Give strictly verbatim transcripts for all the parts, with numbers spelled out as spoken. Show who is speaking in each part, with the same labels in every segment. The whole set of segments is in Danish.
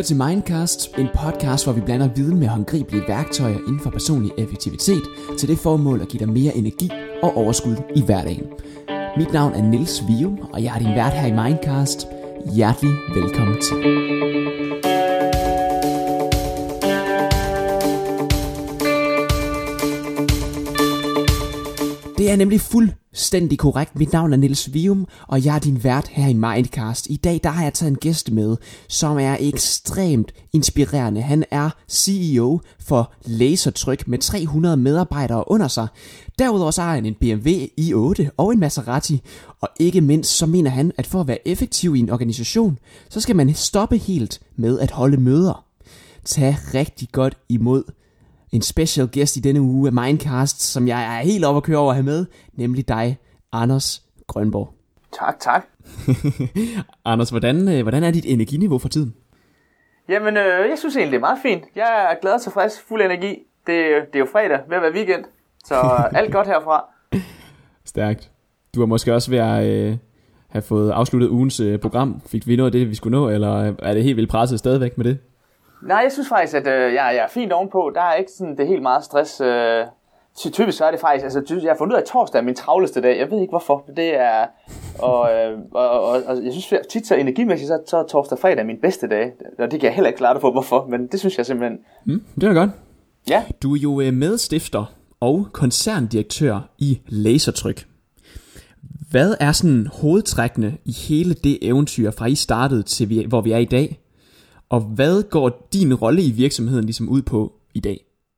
Speaker 1: lytter til Mindcast, en podcast, hvor vi blander viden med håndgribelige værktøjer inden for personlig effektivitet til det formål at give dig mere energi og overskud i hverdagen. Mit navn er Niels Vium, og jeg er din vært her i Mindcast. Hjertelig velkommen til. Det er nemlig fuldstændig korrekt. Mit navn er Niels Vium, og jeg er din vært her i Mindcast. I dag der har jeg taget en gæst med, som er ekstremt inspirerende. Han er C E O for Lasertryk med tre hundrede medarbejdere under sig. Derudover så har han en B M W i otte og en Maserati. Og ikke mindst så mener han, at for at være effektiv i en organisation, så skal man stoppe helt med at holde møder. Tag rigtig godt imod en special guest i denne uge af Mindcast, som jeg er helt oppe at køre over at have med, nemlig dig, Anders Grønborg.
Speaker 2: Tak, tak.
Speaker 1: Anders, hvordan, hvordan er dit energiniveau for tiden?
Speaker 2: Jamen, øh, jeg synes egentlig, det er meget fint. Jeg er glad og tilfreds, fuld energi. Det, det er jo fredag, ved at være weekend, så alt godt herfra.
Speaker 1: Stærkt. Du har måske også ved at øh, have fået afsluttet ugens øh, program. Fik vi noget af det, vi skulle nå, eller er det helt vildt presset stadigvæk med det?
Speaker 2: Nej, jeg synes faktisk, at øh, jeg, jeg er fint ovenpå. Der er ikke sådan det helt meget stress. Øh, typisk så er det faktisk, altså jeg har fundet ud af, at torsdag er min travleste dag. Jeg ved ikke hvorfor. Det er, og, øh, og, og, og jeg synes tit så energimæssigt, så, så er torsdag og fredag min bedste dag. Og det kan jeg heller ikke klare dig på, hvorfor. Men det synes jeg simpelthen.
Speaker 1: Mm, det er godt.
Speaker 2: Ja.
Speaker 1: Du er jo medstifter og koncerndirektør i Lasertryk. Hvad er sådan hovedtrækkene i hele det eventyr, fra I startede til vi, hvor vi er i dag? Og hvad går din rolle i virksomheden ligesom ud på i dag?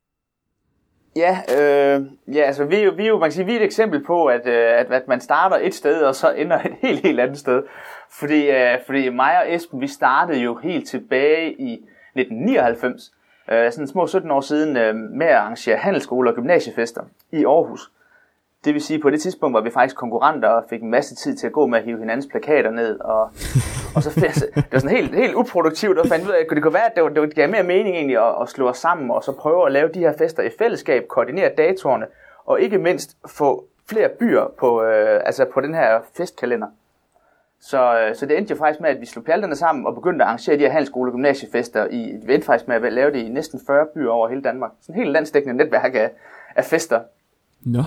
Speaker 2: Ja, øh, ja altså vi er jo, vi er jo man kan sige, vi er et eksempel på, at, at, at man starter et sted, og så ender et helt, helt andet sted. Fordi, øh, fordi mig og Esben, vi startede jo helt tilbage i nitten nioghalvfems, øh, sådan små sytten år siden, øh, med at arrangere handelsskoler og gymnasiefester i Aarhus. Det vil sige, på det tidspunkt var vi faktisk konkurrenter og fik en masse tid til at gå med at hive hinandens plakater ned. Og, og så altså, det var sådan helt, helt uproduktivt, og fandt ud af, at det kunne være, at det, var, det gav mere mening egentlig at, at slå os sammen, og så prøve at lave de her fester i fællesskab, koordinere datorerne, og ikke mindst få flere byer på, øh, altså på den her festkalender. Så, øh, så det endte jo faktisk med, at vi slog pjalterne sammen og begyndte at arrangere de her handelsskole- og gymnasiefester. I, vi endte faktisk med at lave det i næsten fyrre byer over hele Danmark. Sådan et helt landsdækkende netværk af, af fester.
Speaker 1: Nå.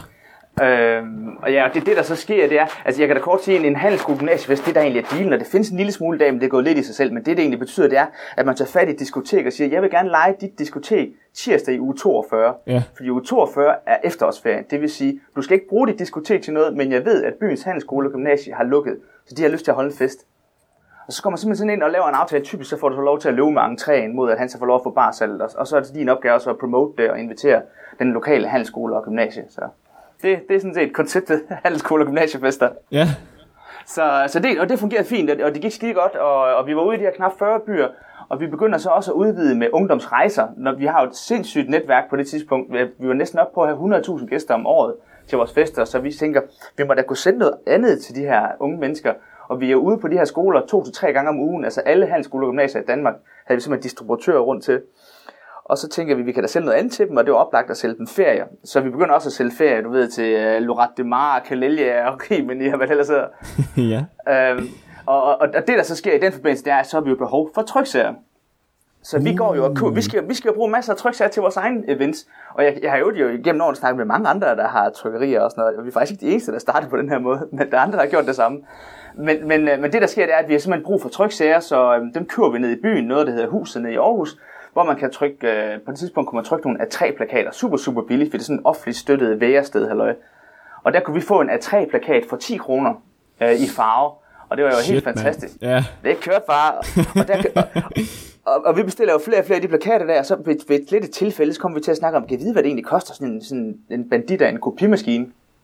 Speaker 2: Øhm, og ja, det, det der så sker, det er, altså jeg kan da kort sige, en, en handelsskole gymnasiefest, det der egentlig er dealen, og det findes en lille smule i dag, men det er gået lidt i sig selv, men det det egentlig betyder, det er, at man tager fat i et diskotek og siger, jeg vil gerne lege dit diskotek tirsdag i uge toogfyrre,
Speaker 1: ja.
Speaker 2: Fordi uge toogfyrre er efterårsferien, det vil sige, du skal ikke bruge dit diskotek til noget, men jeg ved, at byens handelsskole og gymnasie har lukket, så de har lyst til at holde en fest. Og så kommer man simpelthen ind og laver en aftale, typisk så får du så lov til at løbe med entréen, mod at han så får lov at få barsalget, og så er det din opgave også at promote det og invitere den lokale handelsskole og gymnasie, så... Det, det er sådan set konceptet handelsskole og gymnasiefester.
Speaker 1: Ja.
Speaker 2: Så, så det, og det fungerede fint, og det gik skide godt, og, og vi var ude i de her knap fyrre byer, og vi begynder så også at udvide med ungdomsrejser, når vi har jo et sindssygt netværk på det tidspunkt. Vi var næsten op på at have hundrede tusind gæster om året til vores fester, så vi tænker, vi må da kunne sende noget andet til de her unge mennesker. Og vi er ude på de her skoler to til tre gange om ugen, altså alle handelsskoler og gymnasier i Danmark havde vi simpelthen distributører rundt til. Og så tænker vi, vi kan da sælge noget andet til dem, og det var oplagt at sælge dem ferier. Så vi begynder også at sælge ferier, du ved, til uh, Lorette de Mar, Kalelja og Rimini, og hvad det ellers hedder.
Speaker 1: Ja.
Speaker 2: Øhm, og, og, og det, der så sker i den forbindelse, det er, at så har vi jo behov for tryksager. Så vi går jo og vi skal, vi skal jo bruge masser af tryksager til vores egen events. Og jeg, jeg har jo jo igennem årene snakket med mange andre, der har trykkerier og sådan noget. Og vi er faktisk ikke de eneste, der startede på den her måde, men der er andre, der har gjort det samme. Men, men, men det, der sker, det er, at vi har simpelthen brug for tryksager, så øhm, dem kører vi ned i byen, noget der hedder Huset nede i Aarhus, hvor man kan trykke, øh, på det tidspunkt kunne man trykke nogle A tre plakater, super, super billigt, for det er sådan en offentligt støttet værested, halløj. Og der kunne vi få en A tre plakat for ti kroner øh, i farve, og det var jo Shit, helt fantastisk.
Speaker 1: Yeah.
Speaker 2: Det kørte bare, og, der, og, og, og vi bestiller jo flere og flere af de plakater der, og så ved, ved lidt et tilfælde, så kommer vi til at snakke om, kan vi vide, hvad det egentlig koster, sådan en, sådan en bandit af en kopimaskine.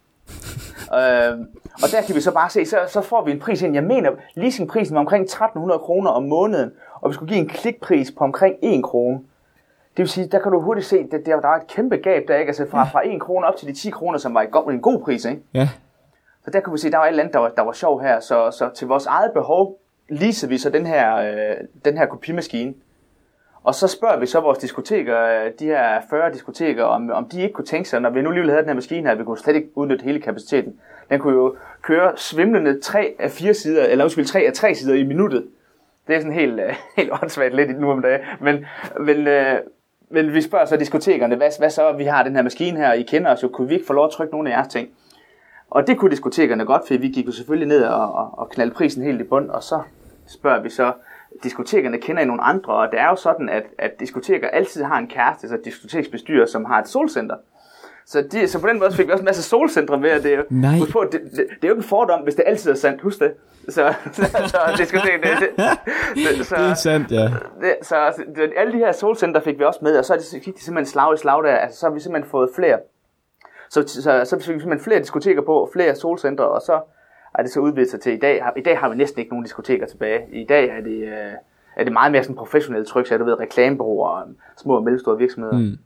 Speaker 2: øh, og der kan vi så bare se, så, så får vi en pris ind, jeg mener, leasingprisen var omkring tretten hundrede kroner om måneden, og vi skulle give en klikpris på omkring en krone. Det vil sige, der kan du hurtigt se, at der, der var et kæmpe gab der, ikke? Altså fra, fra en krone op til de ti kroner, som var en god, en god pris, ikke?
Speaker 1: Ja.
Speaker 2: Så der kunne vi se, at der var et eller andet, der var, der var sjov her. Så, så til vores eget behov leasede vi så den her, øh, den her kopimaskine. Og så spørger vi så vores diskoteker, de her fyrre diskoteker, om, om de ikke kunne tænke sig, når vi nu lige havde den her maskine her, vi kunne slet ikke udnytte hele kapaciteten. Den kunne jo køre svimlende tre af fire sider, eller undskyld, tre af tre sider i minuttet. Det er sådan helt, øh, helt åndssvagt lidt nu om dagen. Men, men, øh, men vi spørger så diskotekerne, hvad, hvad så, vi har den her maskine her, I kender os jo, kunne vi ikke få lov at trykke nogle af jeres ting? Og det kunne diskotekerne godt, for vi gik jo selvfølgelig ned og, og, og knaldte prisen helt i bund, og så spørger vi så, diskotekerne kender I nogle andre, og det er jo sådan, at, at diskoteker altid har en kæreste, så diskoteksbestyrer, som har et solcenter. Så, de, så på den måde fik vi også en masse solcentre med, og det, er, på, det, det, det er jo ikke en fordom, hvis det altid er sandt, husk det. Så, så, så diskotek, det, det, det, så,
Speaker 3: det er sandt, ja.
Speaker 2: Det, så det, alle de her solcentre fik vi også med, og så gik de simpelthen slag i slag der, altså så har vi simpelthen fået flere. Så, så, så, så fik vi simpelthen flere diskoteker på, flere solcentre, og så er det så udvidet sig til i dag. I dag har vi næsten ikke nogen diskoteker tilbage. I dag er det, øh, er det meget mere sådan professionelle tryk, så du ved, reklamebureauer og små og mellemstore virksomheder. Mm.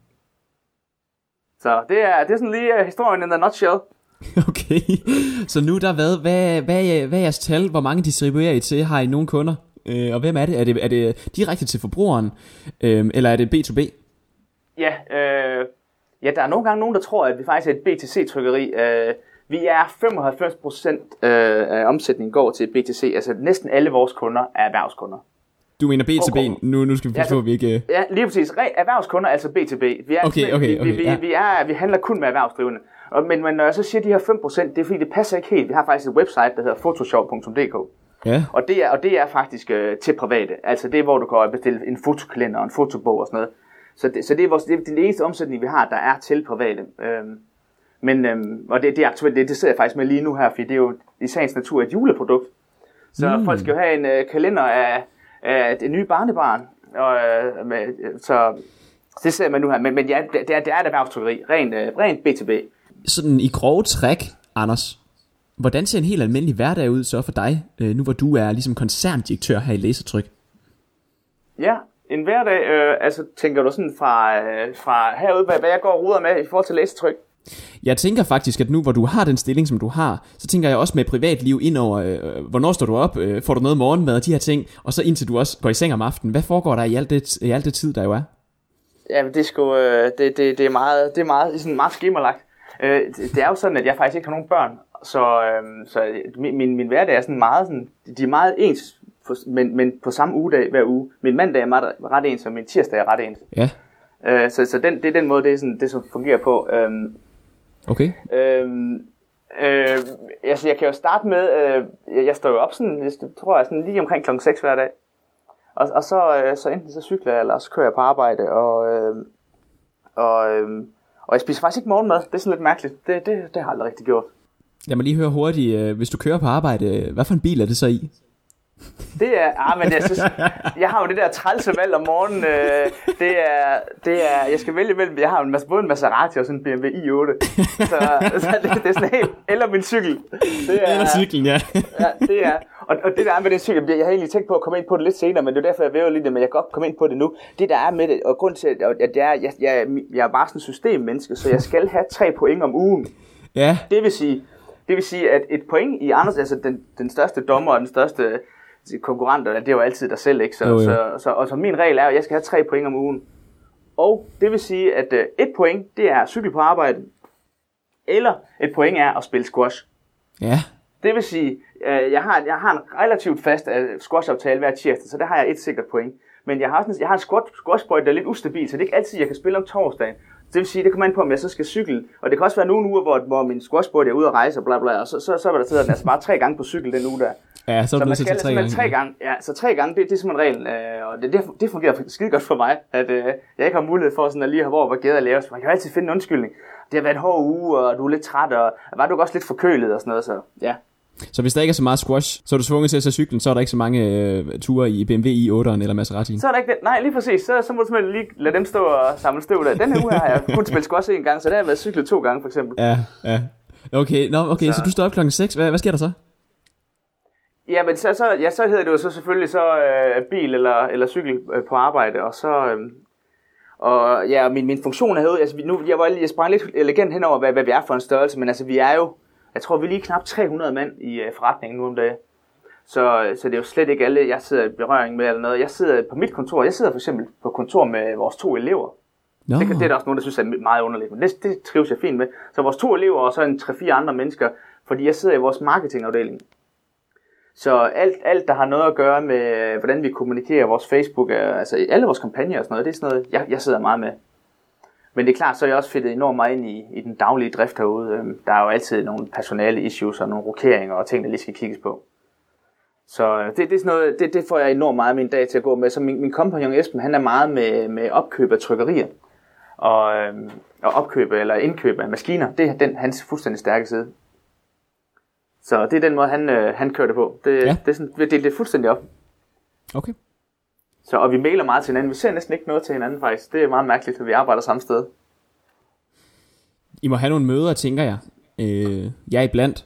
Speaker 2: Så det er, det er sådan lige uh, historien in a nutshell.
Speaker 3: Okay, så nu der hvad, hvad, hvad, hvad er jeres tal? Hvor mange distribuerer I til? Har I nogle kunder? Øh, og hvem er det? Er det, er det direkte til forbrugeren? Øh, eller er det B to B?
Speaker 2: Ja, øh, ja, der er nogle gange nogen, der tror, at vi faktisk er et B to C-trykkeri. Øh, vi er femoghalvfems procent øh, af omsætningen går til B to C. Altså næsten alle vores kunder er erhvervskunder.
Speaker 3: Du mener B to B, nu, nu skal vi forstå,
Speaker 2: ja,
Speaker 3: at vi ikke...
Speaker 2: Ja, lige præcis. Erhvervskunder, altså B to B. Vi, er,
Speaker 3: okay, okay, okay,
Speaker 2: vi, vi,
Speaker 3: ja.
Speaker 2: vi, er, vi handler kun med erhvervsdrivende. Og, men, men når jeg så siger de her fem procent, det er fordi, det passer ikke helt. Vi har faktisk et website, der hedder photoshop punktum d k.
Speaker 3: Ja.
Speaker 2: Og, det er, og det er faktisk øh, til private. Altså det er, hvor du kan bestille en fotokalender og en fotobog og sådan noget. Så det, så det er, vores, det er den eneste omsætning, vi har, der er til private. Øhm, men, øhm, og det, det er aktuelt, det, det sidder jeg faktisk med lige nu her, fordi det er jo i sagens natur et juleprodukt. Så mm. folk skal jo have en øh, kalender af... det nye barnebarn, og, øh, med, så det ser man nu her, men, men ja, det er, det er et erhvervstrykkeri, rent, øh, rent B to B.
Speaker 3: Sådan i grove træk, Anders, hvordan ser en helt almindelig hverdag ud så for dig, øh, nu hvor du er ligesom koncerndirektør her i Lasertryk?
Speaker 2: Ja, en hverdag, øh, altså tænker du sådan fra, øh, fra herude, hvad, hvad jeg går og ruder med i forhold til Lasertryk?
Speaker 3: Jeg tænker faktisk, at nu hvor du har den stilling, som du har, så tænker jeg også med privatliv indover, øh, hvornår står du op, øh, får du noget morgenmad og de her ting, og så indtil du også går i seng om aftenen. Hvad foregår der i alt det, i alt det tid, der jo er?
Speaker 2: Ja, det er sgu, øh, det, det, det er meget, det er meget, sådan meget skemalagt. Øh, det, det er jo sådan, at jeg faktisk ikke har nogen børn, så, øh, så min, min hverdag er sådan meget, sådan, de er meget ens, men, men på samme ugedag hver uge. Min mandag er ret ens, og min tirsdag er ret ens.
Speaker 3: Ja.
Speaker 2: Øh, så så den, det er den måde, det, er sådan, det som fungerer på. Øh,
Speaker 3: Okay.
Speaker 2: Øhm, øh, altså jeg kan jo starte med, øh, jeg står jo op sådan, jeg tror jeg sådan lige omkring klokken seks hver dag, og, og så, øh, så enten så cykler jeg, eller så kører jeg på arbejde, og, øh, og, øh, og jeg spiser faktisk ikke morgenmad, det er sådan lidt mærkeligt, det, det, det har jeg aldrig rigtig gjort.
Speaker 3: Lad mig lige høre hurtigt, øh, hvis du kører på arbejde, hvad for en bil er det så i?
Speaker 2: Det er, ah, men jeg synes, jeg har jo det der trælse valg om morgenen, øh, det er, det er, jeg skal vælge mellem, jeg har en masse, både en Maserati og sådan en B M W i otte, så, så det, det er sådan helt, eller min cykel. Det er,
Speaker 3: eller cyklen, ja.
Speaker 2: Ja, det er, og, og det der er med den cykel, jeg har egentlig tænkt på at komme ind på det lidt senere, men det er derfor, jeg væver lidt det, men jeg kan godt komme ind på det nu. Det der er med det, og grund til, at det er, jeg, jeg, jeg er bare sådan en systemmenneske, så jeg skal have tre point om ugen.
Speaker 3: Ja.
Speaker 2: Det vil sige, det vil sige, at et point i Anders, altså den, den største dommer og den største konkurrenter, det er jo altid dig selv, ikke? Så, jo, så, så, og så min regel er, at jeg skal have tre point om ugen. Og det vil sige, at uh, et point, det er cykel på arbejde, eller et point er at spille squash.
Speaker 3: Ja.
Speaker 2: Det vil sige, uh, jeg, har, jeg har en relativt fast uh, squash-aftale hver tirsdag, så der har jeg et sikkert point. Men jeg har, sådan, jeg har en squash-boy, der er lidt ustabil, så det er ikke altid, jeg kan spille om torsdagen. Det vil sige, det kommer an på, om jeg så skal cykle. Og det kan også være nogle uger, hvor, hvor min squashboard er ude at rejse og bla bla, og så, så, så vil der sidde den altså bare tre gange på cykel den uge der.
Speaker 3: Ja, så,
Speaker 2: så man
Speaker 3: til
Speaker 2: skal
Speaker 3: tre gange.
Speaker 2: tre gange. Ja, så tre gange, det, det er simpelthen reglen. Øh, og det, det, det fungerer skide godt for mig, at øh, jeg ikke har mulighed for sådan at lige have hvor, hvor gæder laves. Man kan jo altid finde en undskyldning. Det har været en hård uge, og du er lidt træt, og var du også lidt forkølet og sådan noget, så ja.
Speaker 3: Så hvis der ikke er så meget squash, så er du tvunget til at tage cyklen, så er der ikke så mange øh, ture i B M W i otteren eller Maserati.
Speaker 2: Så er der ikke det. Nej, lige præcis. Så, så må du simpelthen lige lade dem stå og samle støv der. Den her uge har jeg kun spillet squash en gang, så der har jeg været cyklet to gange for eksempel.
Speaker 3: Ja, ja. Okay, no, okay så. så du står op klokken seks. Hvad, hvad sker der så?
Speaker 2: Ja, men så, så, ja, så hedder det jo så selvfølgelig så øh, bil eller, eller cykel øh, på arbejde, og så... Øh, og ja, min, min funktion er herude, altså nu, jeg, var, jeg sprang lidt elegant henover, hvad, hvad vi er for en størrelse, men altså vi er jo... Jeg tror, vi er lige knap tre hundrede mand i uh, forretningen nu om dagen. Så, så det er jo slet ikke alle, jeg sidder i berøring med eller noget. Jeg sidder på mit kontor. Jeg sidder for eksempel på kontor med vores to elever. No. Det, det er der også nogen, der synes er meget underligt, men det, det trives jeg fint med. Så vores to elever og så en tre-fire andre mennesker, fordi jeg sidder i vores marketingafdeling. Så alt, alt, der har noget at gøre med, hvordan vi kommunikerer vores Facebook, altså alle vores kampagner og sådan noget, det er sådan noget, jeg, jeg sidder meget med. Men det er klart, så er jeg også fedtet enormt meget ind i, i den daglige drift herude. Der er jo altid nogle personale issues og nogle rokeringer og ting, der lige skal kigges på. Så det, det er sådan noget, det, det får jeg enormt meget af min dag til at gå med. Så min, min kompagnon Esben, han er meget med, med opkøb af trykkerier. Og, og opkøb eller indkøb af maskiner, det er den, hans fuldstændig stærke side. Så det er den måde, han, han kører det på. Det, ja. det, er sådan, det, det er fuldstændig op.
Speaker 3: Okay.
Speaker 2: Så, og vi mailer meget til hinanden. Vi ser næsten ikke noget til hinanden faktisk. Det er meget mærkeligt, at vi arbejder samme sted.
Speaker 3: I må have nogle møder, tænker jeg. Øh, jeg er iblandt.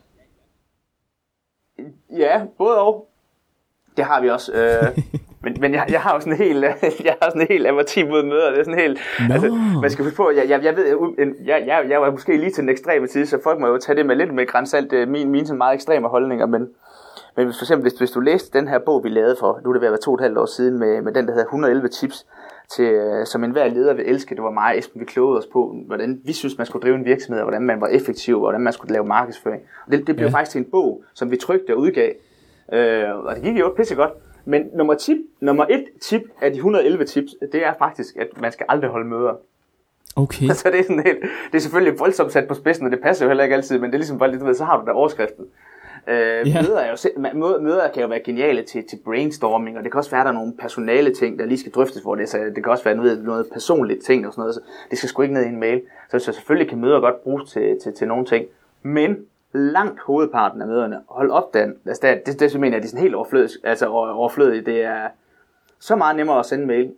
Speaker 2: Ja, både og. Det har vi også. Øh, men men jeg, jeg har jo sådan en helt, jeg har sådan en helt averti mod møder. Det er sådan helt.
Speaker 3: No.
Speaker 2: Altså, man skal huske på, jeg, jeg, jeg ved, jeg, jeg, jeg var måske lige til den ekstreme side, så folk må jo tage det med lidt med grænsalt. Min, mine sådan meget ekstreme holdninger, men men hvis, for eksempel, hvis, hvis du læste den her bog, vi lavede for, nu er det ved at være to og et halvt år siden, med, med den, der hedder et hundrede og elleve tips, til, som enhver leder vil elske. Det var mig og Esben, vi klogede os på, hvordan vi synes, man skulle drive en virksomhed, og hvordan man var effektiv, og hvordan man skulle lave markedsføring. Og det, det blev ja. faktisk til en bog, som vi trykte og udgav, øh, og det gik jo pisse godt. Men nummer, tip, nummer et tip af de et hundrede og elleve tips, det er faktisk, at man skal aldrig holde møder.
Speaker 3: Okay.
Speaker 2: Så det er sådan helt, det er selvfølgelig voldsomt sat på spidsen, og det passer jo heller ikke altid, men det er ligesom bare lidt, du ved, så har du der overskriften. Øh, yeah. møder, er jo, møder kan jo være geniale til, til brainstorming, og det kan også være, at der er nogle personale ting, der lige skal drøftes, hvor det, så det kan også være noget, noget personligt ting og sådan noget, så det skal sgu ikke ned i en mail. Så, så selvfølgelig kan møder godt bruges til, til, til nogle ting, men langt hovedparten af møderne, hold op den, altså det, det, det, det mener jeg, det er sådan helt overflødigt, altså overflødigt, det er så meget nemmere at sende mail,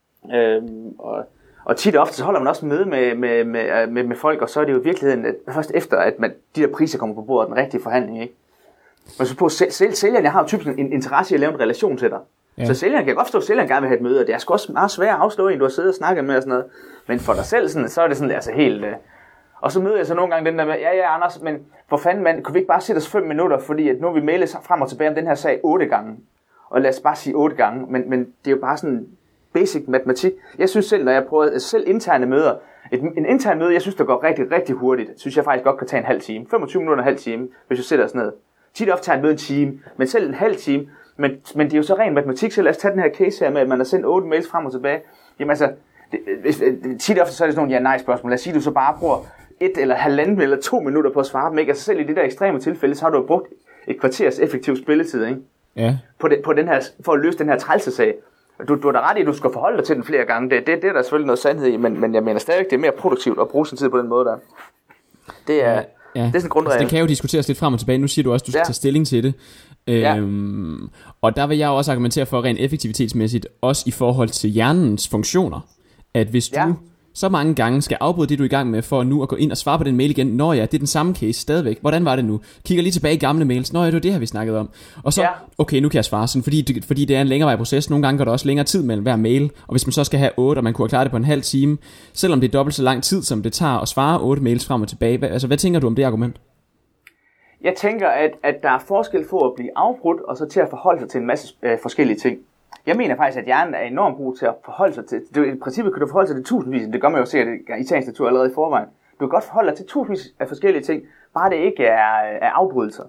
Speaker 2: øh, og Og tit og ofte så holder man også møde med, med, med, med, med folk, og så er det jo i virkeligheden at først efter, at man, de der priser kommer på bordet, den rigtige forhandling, ikke? Men så på, selv, selv, sælgerne har jo typisk en interesse i at lave en relation til dig. Ja. Så sælgeren kan godt forstå, at sælgeren gerne vil have et møde, og det er sgu også meget svært at afslå en, du har siddet og snakket med og sådan noget. Men for dig selv, sådan, så er det sådan altså helt... Øh... Og så møder jeg så nogle gange den der med, ja ja Anders, men for fanden mand, kunne vi ikke bare sætte os fem minutter, fordi at nu har vi mailet frem og tilbage om den her sag otte gange. Og lad os bare sige otte gange, men, men det er jo bare sådan... basic matematik. Jeg synes selv, når jeg prøver altså selv interne møder, et, en intern møde, jeg synes, der går rigtig, rigtig hurtigt, synes jeg faktisk godt kan tage en halv time. femogtyve minutter og en halv time, hvis jeg sætter os ned. Tit ofte tager et møde en time, men selv en halv time. Men, men det er jo så ren matematik, så lad os tage den her case her med, at man har sendt otte mails frem og tilbage. Jamen altså, det, hvis, tit ofte så er det sådan nogle ja-nej-spørgsmål. Lad os sige, at du så bare bruger et eller halvanden eller to minutter på at svare dem, ikke? Altså selv i det der ekstreme tilfælde, så har du brugt et kvarters effektiv spilletid, ikke?
Speaker 3: Ja.
Speaker 2: På, den, på den her, for at løse den her trælsesag. Du, du er da ret i, at du skal forholde dig til den flere gange. Det, det, det er der selvfølgelig noget sandhed i, men, men jeg mener stadigvæk, det er mere produktivt at bruge sin tid på den måde der. Det er, ja, ja. Det er sådan en grundregel.
Speaker 3: Altså, det kan jo diskuteres lidt frem og tilbage. Nu siger du også, at du skal ja. tage stilling til det. Ja. Øhm, og der vil jeg også argumentere for rent effektivitetsmæssigt, også i forhold til hjernens funktioner. At hvis du ja. så mange gange skal afbryde det, du er i gang med, for nu at gå ind og svare på den mail igen. Nå ja, det er den samme case stadigvæk. Hvordan var det nu? Kigger lige tilbage i gamle mails. Nå ja, det var det her, vi snakkede om. Og så, ja. okay, nu kan jeg svare sådan, fordi, fordi det er en længerevej proces. Nogle gange går der også længere tid mellem hver mail. Og hvis man så skal have otte, og man kunne have klaret det på en halv time, selvom det er dobbelt så lang tid, som det tager at svare otte mails frem og tilbage. Hvad, altså, hvad tænker du om det argument?
Speaker 2: Jeg tænker, at, at der er forskel for at blive afbrudt, og så til at forholde sig til en masse øh, forskellige ting. Jeg mener faktisk, at hjernen er enormt god til at forholde sig til... Du, i princippet kan du forholde sig til tusindvis, det gør man jo sikkert i sagens natur allerede i forvejen. Du kan godt forholde dig til tusindvis af forskellige ting, bare det ikke er, er afbrydelser.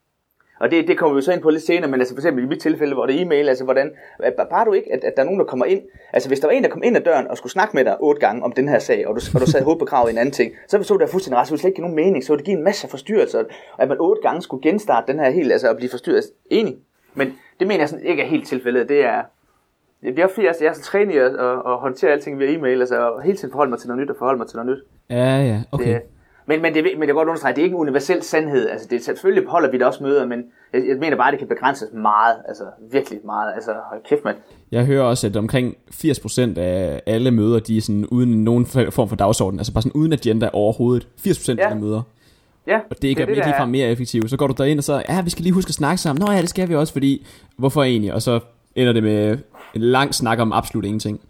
Speaker 2: Og det, det kommer vi så ind på lidt senere, men altså for eksempel i mit tilfælde, hvor det er e-mail, altså hvordan... Bare du ikke, at, at der er nogen, der kommer ind... Altså hvis der var en, der kom ind ad døren og skulle snakke med dig otte gange om den her sag, og du, og du sad hovedbegravet i en anden ting, så så det fuldstændig ret, så ville det slet ikke give nogen mening, så ville det give en masse forstyrrelser, og at man otte gange skulle genstarte den her helt, altså at blive forstyrret. Enig. Men det mener jeg sådan ikke er helt tilfældet, det er... Det er også fordi, altså, jeg er så trænet i at, at, at håndtere alting via e-mail, altså at hele tiden forholde mig til noget nyt og forholde mig til noget nyt.
Speaker 3: Ja, ja, okay.
Speaker 2: Det, men, men, det, men det er godt understreget, det er ikke en universel sandhed, altså det, selvfølgelig holder vi det også møder, men jeg, jeg mener bare, at det kan begrænses meget, altså virkelig meget, altså hold kæft mand.
Speaker 3: Jeg hører også, at omkring firs procent af alle møder, de er sådan uden nogen form for dagsorden, altså bare sådan uden agenda overhovedet, firs procent ja. af alle møder.
Speaker 2: Ja,
Speaker 3: og det er ikke det, det, frem mere effektivt, så går du derind og så, ja, vi skal lige huske at snakke sammen, nå ja, det skal vi også, fordi, hvorfor egentlig, og så ender det med en lang snak om absolut ingenting.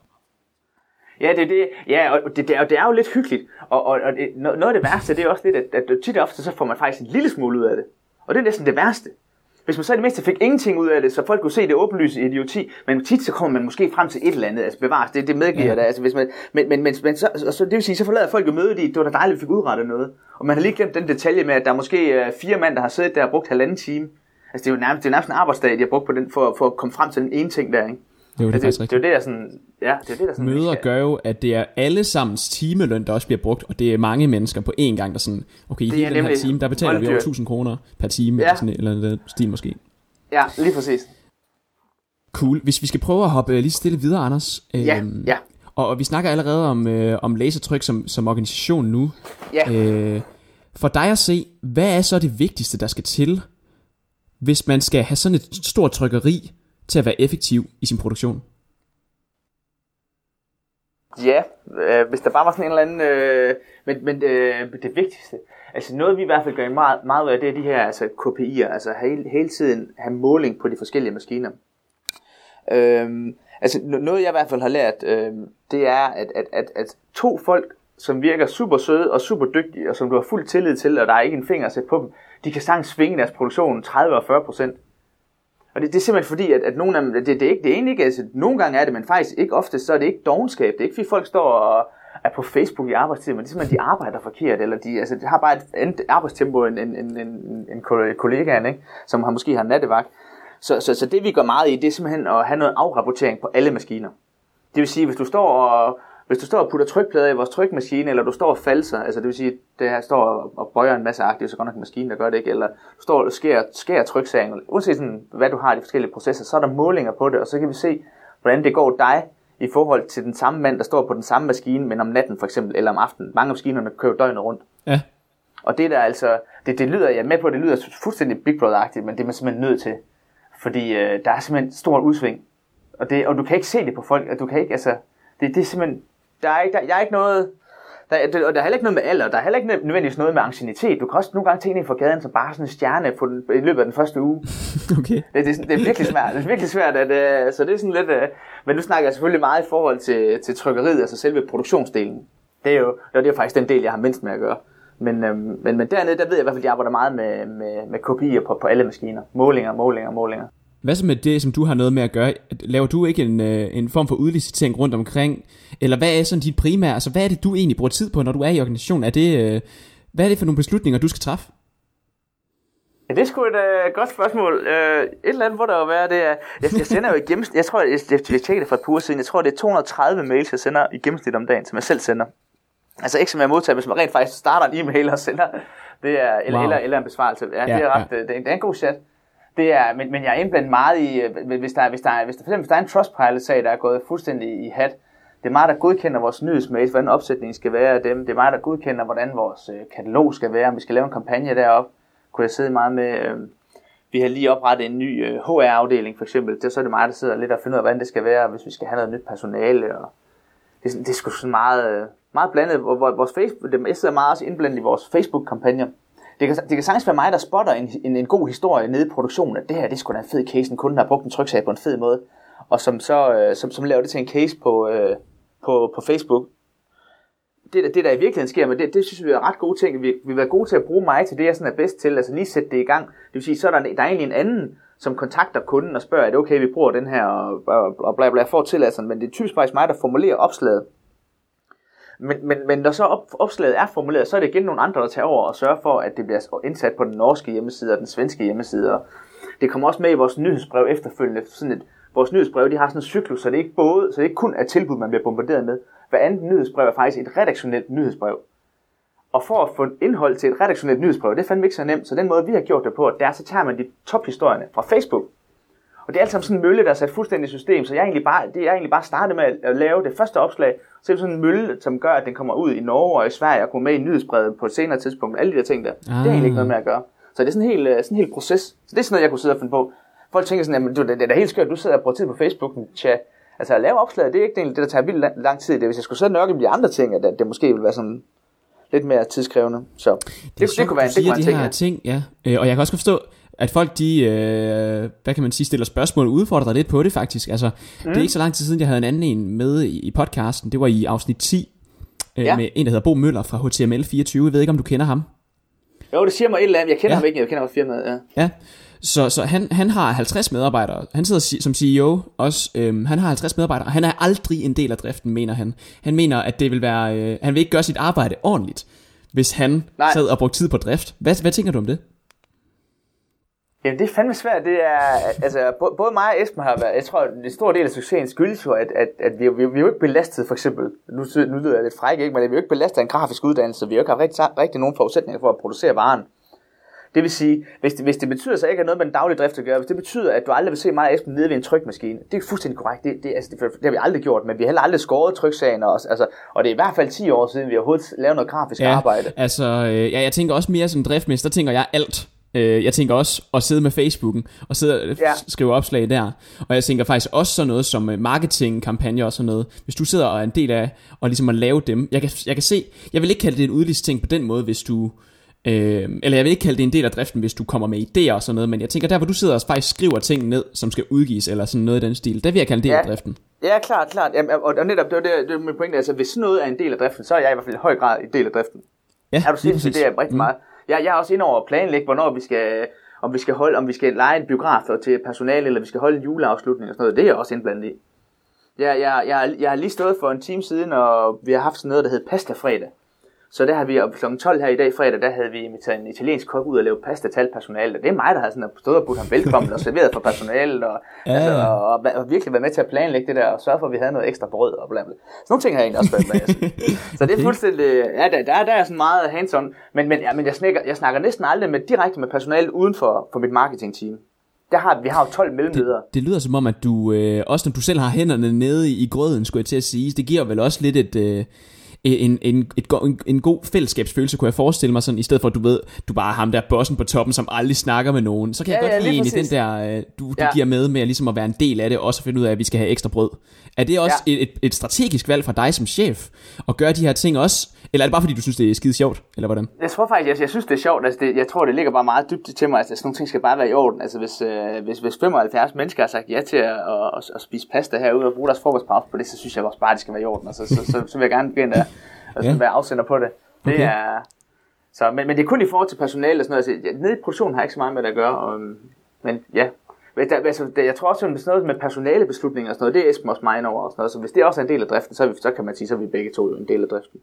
Speaker 2: Ja, det er det. Ja, og det, det, er, det er jo lidt hyggeligt. Og, og, og det, noget af det værste, det er også lidt, at, at tit og ofte så får man faktisk en lille smule ud af det. Og det er næsten det værste. Hvis man så i det mindste fik ingenting ud af det, så folk kunne se det åbenlyse idioti, men tit så kommer man måske frem til et eller andet, altså bevares, det, det medgiver ja. det, altså hvis man, men, men, men, men så, så, det vil sige, så forlader folk jo mødet i, det var da dejligt, at vi fik udrettet noget. Og man har lige glemt den detalje med, at der er måske fire mand, der har siddet der og brugt halvanden time. Altså, det er jo nærmest, det er nærmest en arbejdsdag, de har brugt på den, for, for at komme frem til den ene ting der, ikke?
Speaker 3: Jo, det er
Speaker 2: altså,
Speaker 3: faktisk
Speaker 2: det, det er jo det, der sådan... Ja, det er det, der sådan...
Speaker 3: Møder gør jo, at det er allesammens timeløn, der også bliver brugt, og det er mange mennesker på én gang, der sådan, okay, i hele den her time, der betaler vi over tusind kroner per time, ja. Eller sådan eller stil måske.
Speaker 2: Ja, lige præcis.
Speaker 3: Cool. Hvis vi skal prøve at hoppe lige stille videre, Anders.
Speaker 2: Ja,
Speaker 3: øhm,
Speaker 2: ja.
Speaker 3: Og, og vi snakker allerede om, øh, om Lasertryk som, som organisation nu.
Speaker 2: Ja.
Speaker 3: Øh, for dig at se, hvad er så det vigtigste, der skal til, hvis man skal have sådan et stort trykkeri til at være effektiv i sin produktion?
Speaker 2: Ja, øh, hvis der bare var sådan en eller anden, øh, men, men øh, det vigtigste, altså noget vi i hvert fald gør meget, meget ud af, det er de her altså K P I'er, altså hele, hele tiden have måling på de forskellige maskiner. Øhm, altså noget jeg i hvert fald har lært, øh, det er, at, at, at, at to folk, som virker super søde og super dygtige, og som du har fuld tillid til, og der er ikke en finger at sætte på dem, de kan sagtens svinge deres produktion tredive og fyrre procent. Og det, det er simpelthen fordi, at, at nogle af dem, det, det, er ikke, det er egentlig ikke, altså nogle gange er det, men faktisk ikke ofte, så er det ikke dovenskab. Det er ikke fordi folk står og er på Facebook i arbejdstid, men det er simpelthen, de arbejder forkert, eller de, altså, de har bare et andet arbejdstempo end, end, end, end, end kollegaen, ikke? Som har, måske har nattevagt. Så, så, så det vi gør meget i, det er simpelthen at have noget afrapportering på alle maskiner. Det vil sige, hvis du står og, hvis du står og putter trykplader i vores trykmaskine, eller du står og falser, altså det vil sige, det her står og bøjer en masse aktivt, så godt nok en maskine, der gør det ikke, eller du står og skærer, skærer tryksagen, uanset sådan, hvad du har i de forskellige processer, så er der målinger på det, og så kan vi se, hvordan det går dig i forhold til den samme mand, der står på den samme maskine, men om natten for eksempel, eller om aftenen. Mange af maskinerne kører døgnet rundt.
Speaker 3: Ja.
Speaker 2: Og det der altså, det, det lyder, jeg er med på, at det lyder fuldstændig Big Brother-agtigt, men det er man simpelthen nødt til. Fordi øh, der er simpelthen stort udsving. Og, det, og du kan ikke se det på folk, og du kan ikke, altså, det, det er simpelthen, der er ikke, der, jeg er ikke noget, der, der, og der er heller ikke noget med alder, der er heller ikke nødvendigvis noget med anciennitet. Du kan også nogle gange tænke fra gaden som bare sådan en stjerne på den, i løbet af den første uge.
Speaker 3: Okay.
Speaker 2: Det, det, det er virkelig svært, det er virkelig svært, at, uh, så det er sådan lidt, uh, men nu snakker jeg selvfølgelig meget i forhold til, til trykkeriet, altså selve produktionsdelen. Det er jo, det er jo faktisk den del, jeg har mindst med at gøre. Men, øhm, men, men dernede, der ved jeg i hvert fald, at jeg arbejder meget med, med, med K P I'er på, på alle maskiner. Målinger, målinger, målinger.
Speaker 3: Hvad så med det, som du har noget med at gøre? Laver du ikke en, en form for udlicitering rundt omkring? Eller hvad er sådan dit primære? Altså, hvad er det, du egentlig bruger tid på, når du er i organisationen? Er det, hvad er det for nogle beslutninger, du skal træffe?
Speaker 2: Ja, det er sgu et uh, godt spørgsmål. Uh, et eller andet, hvor der jo være, det er... Jeg, jeg sender jo i gennemsnit... Jeg tror, jeg, jeg, jeg tjekkede det for et par uger siden. Jeg tror, det er to hundrede og tredive mails, jeg sender i gennemsnit om dagen, som jeg selv sender. Altså ikke som jeg modtager, hvis man rent faktisk starter en e-mail og sender. Det er, eller, wow. eller, eller en besvarelse. Ja, ja, det er ret... Ja. Det, er, det er en god chat. Det er, men, men jeg er indblandet meget i, hvis der, hvis der, hvis der, for eksempel, hvis der er en Trustpilot-sag, der er gået fuldstændig i hat, det er mig, der godkender vores nyhedsmails, hvordan opsætningen skal være af dem, det er mig, der godkender, hvordan vores øh, katalog skal være, om vi skal lave en kampagne deroppe, kunne jeg sidde meget med, øh, vi har lige oprettet en ny øh, H R-afdeling for eksempel, det er så det mig, der sidder lidt og finder ud af, hvordan det skal være, hvis vi skal have noget nyt personale, og det, det er sgu sådan meget, meget blandet, hvor vores Facebook, jeg sidder meget også indblandet i vores Facebook-kampagner. Det kan, det kan sagtens være mig, der spotter en, en, en god historie nede i produktionen, at det her, det er sgu da en fed case, en kunde har brugt en tryksag på en fed måde, og som så øh, som, som laver det til en case på, øh, på, på Facebook. Det, det der i virkeligheden sker, men det, det synes vi er ret gode ting. Vi, vi vil være gode til at bruge mig til det, jeg sådan er bedst til, altså lige sætte det i gang. Det vil sige, så er der, der er egentlig en anden, som kontakter kunden og spørger, at okay, vi bruger den her, og, og, og bla bla, får tilladelsen, men det er typisk faktisk mig, der formulerer opslaget. Men, men, men når så op, opslaget er formuleret, så er det igen nogle andre, der tager over og sørger for, at det bliver indsat på den norske hjemmeside og den svenske hjemmeside. Og det kommer også med i vores nyhedsbrev efterfølgende. Sådan et, vores nyhedsbrev, de har sådan en cyklus, så det ikke både, så det ikke kun er tilbud, man bliver bombarderet med. Hver andet nyhedsbrev er faktisk et redaktionelt nyhedsbrev. Og for at få indhold til et redaktionelt nyhedsbrev, det er fandme ikke så nemt. Så den måde, vi har gjort det på, der så tager man de tophistorierne fra Facebook. Og det er alt sammen sådan en mølle, der er sat fuldstændig i system, så jeg er egentlig bare, det er egentlig bare startet med at lave det første opslag, så er det sådan en mølle, som gør, at den kommer ud i Norge og i Sverige og kommer med i nyhedsbrevet på et senere tidspunkt. Alle de der ting der, ah. det har egentlig ikke noget med at gøre. Så det er sådan en hel, sådan en hel proces. Så det er sådan noget, jeg kunne sidde og finde på. Folk tænker sådan, at det er da helt skørt, du sidder og bruger tid på Facebook, tja. Altså at lave opslag, det er ikke det, der tager vildt lang, lang tid. Det er, hvis jeg skulle så nørke de andre ting, at det, det måske ville være sådan lidt mere tidskrævende. Så det, det, det, det kunne være en, det kunne
Speaker 3: de her ting, ja. Og jeg kan også forstå, at folk, de, øh, hvad kan man sige, stiller spørgsmål og udfordrer lidt på det faktisk. Altså, mm. det er ikke så lang tid siden, jeg havde en anden en med i, i podcasten. Det var i afsnit ti, øh, ja. Med en, der hedder Bo Møller fra H T M L fireogtyve. Jeg ved ikke, om du kender ham?
Speaker 2: Jo, det siger mig et eller andet. Jeg kender ja. ham ikke, jeg kender også firmaet. Ja,
Speaker 3: ja. Så, så han, han har halvtreds medarbejdere. Han sidder som C E O også. Øhm, han har halvtreds medarbejdere, og han er aldrig en del af driften, mener han. Han mener, at det vil være, øh, han vil ikke gøre sit arbejde ordentligt, hvis han Nej. sad og brugte tid på drift. Hvad, hvad tænker du om det?
Speaker 2: Jamen, det er fandme svært. Det er, altså, både mig og Esben har været, jeg tror, en stor del af succesen skyldes jo, at, at, at vi, vi, vi er jo ikke belastet, for eksempel, nu, nu lyder jeg lidt fræk, ikke, men vi er jo ikke belastet af en grafisk uddannelse, vi har jo ikke haft rigtig, rigtig nogen forudsætninger for at producere varen. Det vil sige, hvis det, hvis det betyder, så ikke har noget med den daglige drift at gøre, hvis det betyder, at du aldrig vil se mig og Esben nede ved en trykmaskine, det er fuldstændig korrekt, det, det, altså, det, det har vi aldrig gjort, men vi har heller aldrig skåret tryksagen, og, altså, og det er i hvert fald ti år siden, vi har overhovedet lavet noget grafisk
Speaker 3: ja,
Speaker 2: arbejde.
Speaker 3: Altså, øh, ja, jeg tænker også mere som driftmester, der tænker jeg alt. Øh, jeg tænker også at sidde med Facebooken og sidde og ja. skrive opslag der. Og jeg tænker faktisk også sådan noget som marketingkampagner og sådan noget. Hvis du sidder og er en del af og ligesom at lave dem. Jeg kan, jeg kan se, jeg vil ikke kalde det en udlysting på den måde, hvis du øh, eller jeg vil ikke kalde det en del af driften, hvis du kommer med idéer og sådan noget. Men jeg tænker, der hvor du sidder og faktisk skriver ting ned, som skal udgives eller sådan noget i den stil, der vil jeg kalde en del
Speaker 2: ja.
Speaker 3: af driften.
Speaker 2: Ja, klart, klart. Jamen, og, og netop, det var det, det var min pointe. Altså, hvis noget er en del af driften, så er jeg i hvert fald i høj grad en del af driften.
Speaker 3: Ja,
Speaker 2: er du sindssygt, det er rigtig mm. meget. Jeg, jeg er også inde over at planlægge, hvornår vi skal, om vi skal holde, om vi skal lege en biograf til personale, eller vi skal holde en juleafslutning og sådan noget. Det er jeg også indblandet i. Jeg, jeg, jeg, jeg har lige stået for en time siden, og vi har haft sådan noget, der hed Pasta Fredag. Så der har vi klokken tolv her i dag fredag, der havde vi inviteret en italiensk kok ud og lave pasta til alt personalet. Det er mig, der har sådan stået og budt ham velkommen og serveret for personalet, og, ja, altså, ja. Og, og, og virkelig været med til at planlægge det der, og sørge for, at vi havde noget ekstra brød og bla bla. Så nogle ting har jeg egentlig også været med. Altså. Så det er fuldstændig, ja, der, der, der er sådan meget hands-on, men, men, ja, men jeg, snakker, jeg snakker næsten aldrig med, direkte med personalet uden for, for mit marketingteam. Der har, vi har jo tolv mellemledere.
Speaker 3: Det, det lyder som om, at du, øh, også når du selv har hænderne nede i, i grøden, skulle jeg til at sige, det giver vel også lidt et... Øh, En, en, et, en, en god fællesskabsfølelse, kunne jeg forestille mig sådan, i stedet for at du ved, du bare er ham der bossen på toppen, som aldrig snakker med nogen. Så kan ja, jeg godt ja, lide egentlig den der, du, du ja. giver med med ligesom at være en del af det, og også finde ud af, at vi skal have ekstra brød. Er det også ja. et, et, et strategisk valg fra dig som chef, at gøre de her ting også? Eller er det bare fordi, du synes, det er skide sjovt? Eller hvordan?
Speaker 2: Jeg tror faktisk, jeg, jeg synes, det er sjovt. Altså, det, jeg tror, det ligger bare meget dybt til mig. Altså, sådan nogle ting skal bare være i orden. Altså, hvis, øh, hvis, hvis femoghalvfjerds mennesker har sagt ja til at, at, at, at spise pasta herude og bruge deres frokostpause på det, så synes jeg også bare, det skal være i orden. Altså, så, så, så, så vil jeg gerne begynde at altså, ja. være afsender på det. Det okay. er... Så, men, men det er kun i forhold til personale og sådan noget. Altså, nede i produktionen har jeg ikke så meget med det at gøre. Og, men ja... Der, altså, der, jeg tror også, at sådan noget med personalebeslutninger og sådan noget, det er Esben også mig over og sådan noget. Så hvis det også er en del af driften, så, vi, så kan man sige, så er vi begge to en del af driften.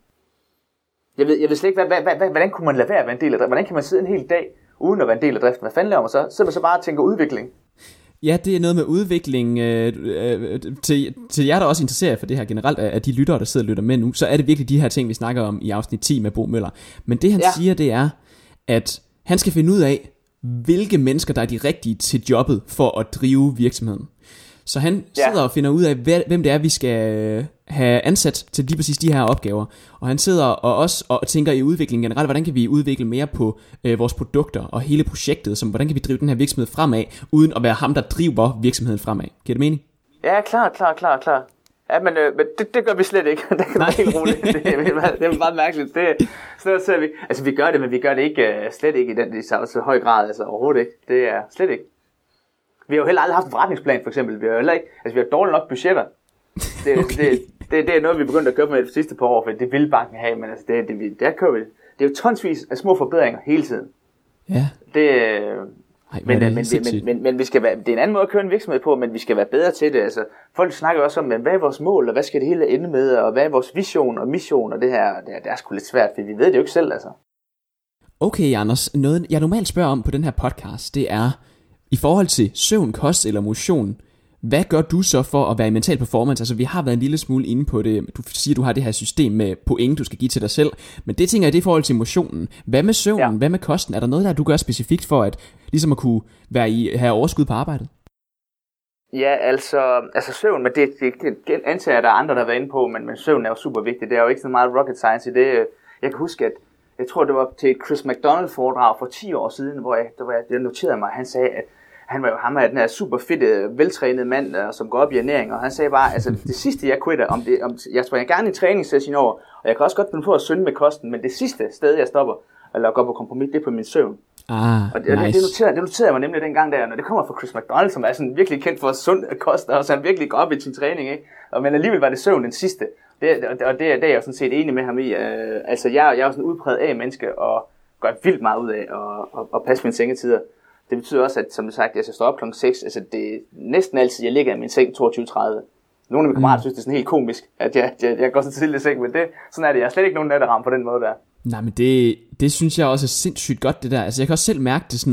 Speaker 2: Jeg ved, jeg ved slet ikke, hvad, hvad, hvad, hvordan kunne man lade være at være en del af driften? Hvordan kan man sidde en hel dag uden at være en del af driften? Hvad fanden laver man så? Så man så bare tænker udvikling.
Speaker 3: Ja, det er noget med udvikling øh, øh, til, til jer, der også interesserer jer for det her generelt, af de lyttere, der sidder og lytter med nu, så er det virkelig de her ting, vi snakker om i afsnit ti med Bo Møller. Men det han ja. siger, det er, at han skal finde ud af, hvilke mennesker, der er de rigtige til jobbet for at drive virksomheden. Så han sidder ja. og finder ud af, hvem det er, vi skal have ansat til lige præcis de her opgaver. Og han sidder og også og tænker i udviklingen generelt, hvordan kan vi udvikle mere på øh, vores produkter og hele projektet, som hvordan kan vi drive den her virksomhed fremad, uden at være ham, der driver virksomheden fremad. Giver det mening?
Speaker 2: Ja, klar, klar, klar, klar. Ja, men, øh, men det, det gør vi slet ikke. Det er helt roligt. Det, det, det er bare mærkeligt. Det, sådan ser vi. Altså, vi gør det, men vi gør det ikke, uh, slet ikke i den i så, så høj grad. Altså, overhovedet ikke. Det er slet ikke. Vi har jo heller aldrig haft en forretningsplan, for eksempel. Vi har heller ikke, altså, vi har dårligt nok budgetter. Det, okay. det, det, det er noget, vi er begyndt at købe med de sidste par år, for det vil banken have, men altså, det, det, det, der køber vi det. Det er jo tonsvis af små forbedringer hele tiden.
Speaker 3: Ja.
Speaker 2: Det Ej, men, men, men, men, men, men vi skal være, det er en anden måde at køre en virksomhed på, men vi skal være bedre til det. Altså, folk snakker også om, hvad er vores mål, og hvad skal det hele ende med, og hvad er vores vision og mission, og det her, det er, det er sgu lidt svært, for vi ved det jo ikke selv, altså.
Speaker 3: Okay, Anders, noget jeg normalt spørger om på den her podcast, det er, i forhold til søvn, kost eller motion, hvad gør du så for at være i mental performance? Altså, vi har været en lille smule inde på det. Du siger, du har det her system med point, du skal give til dig selv. Men det tænker jeg, det er i forhold til motionen. Hvad med søvnen? Ja. Hvad med kosten? Er der noget, der du gør specifikt for at, ligesom at kunne være i, have overskud på arbejdet?
Speaker 2: Ja, altså, altså søvn, men det, det, det antager jeg, der er andre, der har været inde på, men, men søvn er jo super vigtigt. Det er jo ikke så meget rocket science i det. Jeg kan huske, at jeg tror, det var til et Chris McDonald foredrag for ti år siden, hvor jeg, hvor jeg, jeg noterede mig, han sagde, at han var jo ham af den her super fedte, veltrænede mand, som går op i ernæring, og han sagde bare, altså det sidste jeg quitter, om det, om, jeg springer gerne i træningssession over, og jeg kan også godt finde på at synde med kosten, men det sidste sted jeg stopper, eller går på kompromis, det er på min søvn.
Speaker 3: Ah,
Speaker 2: og det,
Speaker 3: nice.
Speaker 2: det, det, noterede, det noterede jeg mig nemlig dengang der, når det kommer fra Chris McDonald, som er sådan virkelig kendt for sund kost, og så han virkelig går op i sin træning, ikke? Og men alligevel var det søvn den sidste. Det, og det, det er jeg jo sådan set enig med ham i. Uh, altså jeg, jeg er jo sådan en udpræget A-menneske, og gør vildt meget ud af at, at, at passe mine sengetider. Det betyder også, at som sagt, jeg skal stå op klokken seks. Altså det er næsten altid, jeg ligger i min seng toogtyve tredive. Nogle af mine kammerater mm. synes, det er sådan helt komisk, at jeg, jeg, jeg går så tidligt i seng, men det, sådan er det. Jeg har slet ikke nogen natteram på den måde der.
Speaker 3: Nej, men det, det synes jeg også er sindssygt godt, det der. Altså jeg kan også selv mærke det sådan,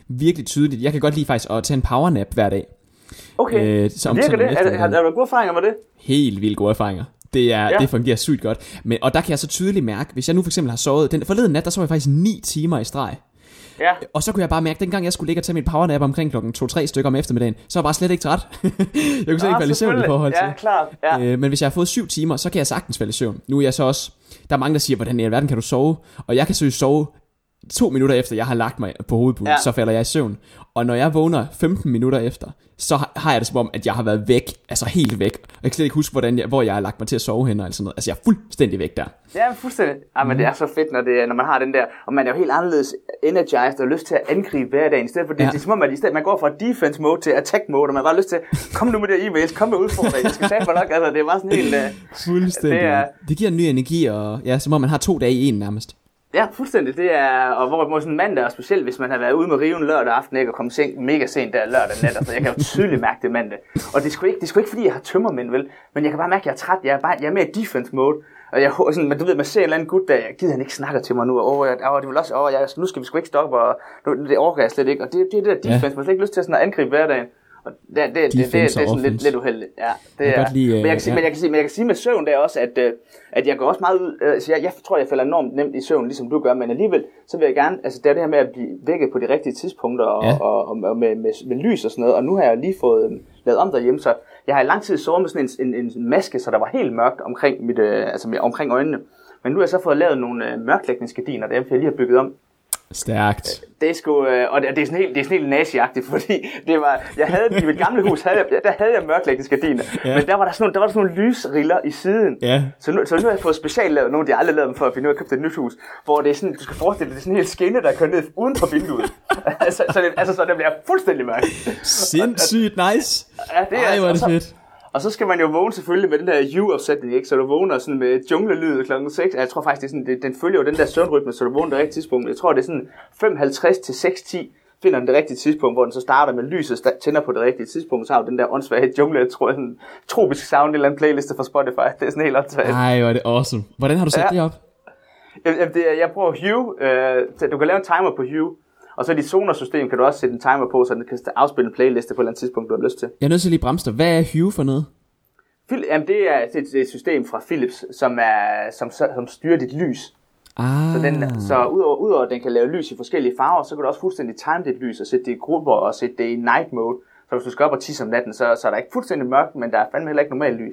Speaker 3: virkelig tydeligt. Jeg kan godt lide faktisk at tage en powernap hver dag.
Speaker 2: Okay, øh, som, virker det? Er, er, er der gode erfaringer med det?
Speaker 3: Helt vildt gode erfaringer. Det, er,
Speaker 2: ja.
Speaker 3: det fungerer sygt godt. Men, og der kan jeg så tydeligt mærke, hvis jeg nu for eksempel har sovet, den forleden nat, der sov jeg faktisk ni timer i streg.
Speaker 2: Ja.
Speaker 3: Og så kunne jeg bare mærke, at dengang jeg skulle ligge og tage mit powernap omkring klokken to-tre stykker om eftermiddagen, så var jeg bare slet ikke træt. jeg kunne slet ikke falde i søvn i forhold til.
Speaker 2: Ja, klart. Ja.
Speaker 3: Øh, men hvis jeg har fået syv timer, så kan jeg sagtens falde i søvn. Nu er jeg så også, der er mange, der siger, hvordan i alverden kan du sove? Og jeg kan så sove to minutter efter, jeg har lagt mig på hovedpuden, ja. så falder jeg i søvn. Og når jeg vågner femten minutter efter, så har jeg det som om, at jeg har været væk, altså helt væk. Og jeg kan slet ikke huske, hvordan jeg, hvor jeg har lagt mig til at sove hen og sådan noget. Altså jeg er fuldstændig væk der.
Speaker 2: Ja, fuldstændig. Ja, men mm. det er så fedt, når, det, når man har den der, og man er jo helt anderledes energized og har lyst til at angribe hverdagen, i stedet for det, ja. det er som om, at i stedet, man går fra defense mode til attack mode, og man har bare lyst til, kom nu med det e-mails, kom med udfordringer, jeg skal tage for nok, altså det er bare sådan helt... Uh,
Speaker 3: fuldstændig. Det, er, det giver en ny energi, og ja, som om man har to dage i en nærmest.
Speaker 2: Ja, fuldstændig. Det er, og hvor, hvor sådan en mandag, og specielt hvis man har været ude med riven lørdag aften, ikke, og kommet seng mega sent der lørdag nat, altså jeg kan jo tydeligt mærke det mandag. Og det er sgu ikke, det er sgu ikke fordi, jeg har tømmermænd, vel, men jeg kan bare mærke, at jeg er træt, jeg er, bare, jeg er mere i defense mode, og jeg sådan, men du ved, man ser en eller anden gut, der jeg gider han ikke snakker til mig nu, og åh, jeg, åh, det vil også, åh, jeg, nu skal vi sgu ikke stoppe, og nu, det overgår jeg slet ikke, og det, det er det der defense, ja. Man har slet ikke lyst til sådan at angribe hverdagen. Og det, det, det, det, det, det er sådan lidt, lidt uheldigt. Ja, det er. Lide, men, jeg kan sige, ja. men, jeg kan sige, men jeg kan sige med søvn der også, at, at jeg går også meget ud, altså jeg, jeg tror, jeg falder enormt nemt i søvn, ligesom du gør, men alligevel, så vil jeg gerne, altså det er det her med at blive vækket på de rigtige tidspunkter, og, ja. og, og, og med, med, med lys og sådan noget, og nu har jeg lige fået lavet om derhjemme, så jeg har i lang tid sovet med sådan en, en, en maske, så der var helt mørkt omkring, mit, altså omkring øjnene, men nu har jeg så fået lavet nogle mørklægningsgardiner, der jeg lige har bygget om.
Speaker 3: Stærkt.
Speaker 2: Det er sgu, og det er sådan helt, det er sådan helt nazi-agtigt, fordi det var, jeg havde i mit gamle hus, havde jeg, der havde jeg mørklægningsgardiner, ja. Men der var der sådan nogle, der var der sådan nogle lysriller i siden, ja. så, nu, så nu har jeg fået specielt lavet nogle, de har aldrig lavet dem for, at nu har jeg købt et nyt hus, hvor det er sådan, du skal forestille dig, det er sådan en hel skinne, der kører ned uden for vinduet, altså, så det, altså så det bliver fuldstændig mørkt.
Speaker 3: Sindssygt nice.
Speaker 2: Ja, det er
Speaker 3: Ej, hvor er det
Speaker 2: altså,
Speaker 3: fedt.
Speaker 2: Og så skal man jo vågne selvfølgelig med den der U-opsætning, ikke? Så du vågner sådan med junglelyd klokken seks. Jeg tror faktisk, det er sådan, det, den følger jo den der søvnrytme, så du vågner det rigtige tidspunkt. Jeg tror, det er sådan fem halvtreds til seks ti finder den det rigtige tidspunkt, hvor den så starter med lyset tænder på det rigtige tidspunkt. Så har du den der åndssvage jungle, jeg tror, sådan tropisk sound, en eller anden playliste fra Spotify. Det er sådan helt åndssvagt.
Speaker 3: Ej, hvor er det awesome. Hvordan har du sat ja. det op?
Speaker 2: Jamen, det er, jeg bruger Hue. Øh, du kan lave en timer på Hue. Og så i dit Sonos-system kan du også sætte en timer på, så den kan afspille en playliste på et eller andet tidspunkt, du har lyst til.
Speaker 3: Jeg er nødt til lige bremse dig. Hvad er Hue for noget?
Speaker 2: Jamen, det er et, et system fra Philips, som, er, som, som styrer dit lys.
Speaker 3: Ah.
Speaker 2: Så, den, så udover, udover at den kan lave lys i forskellige farver, så kan du også fuldstændig time dit lys og sætte det i grupper og sætte det i night mode. Så hvis du skal op og tisse om natten, så, så er der ikke fuldstændig mørkt, men der er fandme heller ikke normal lys.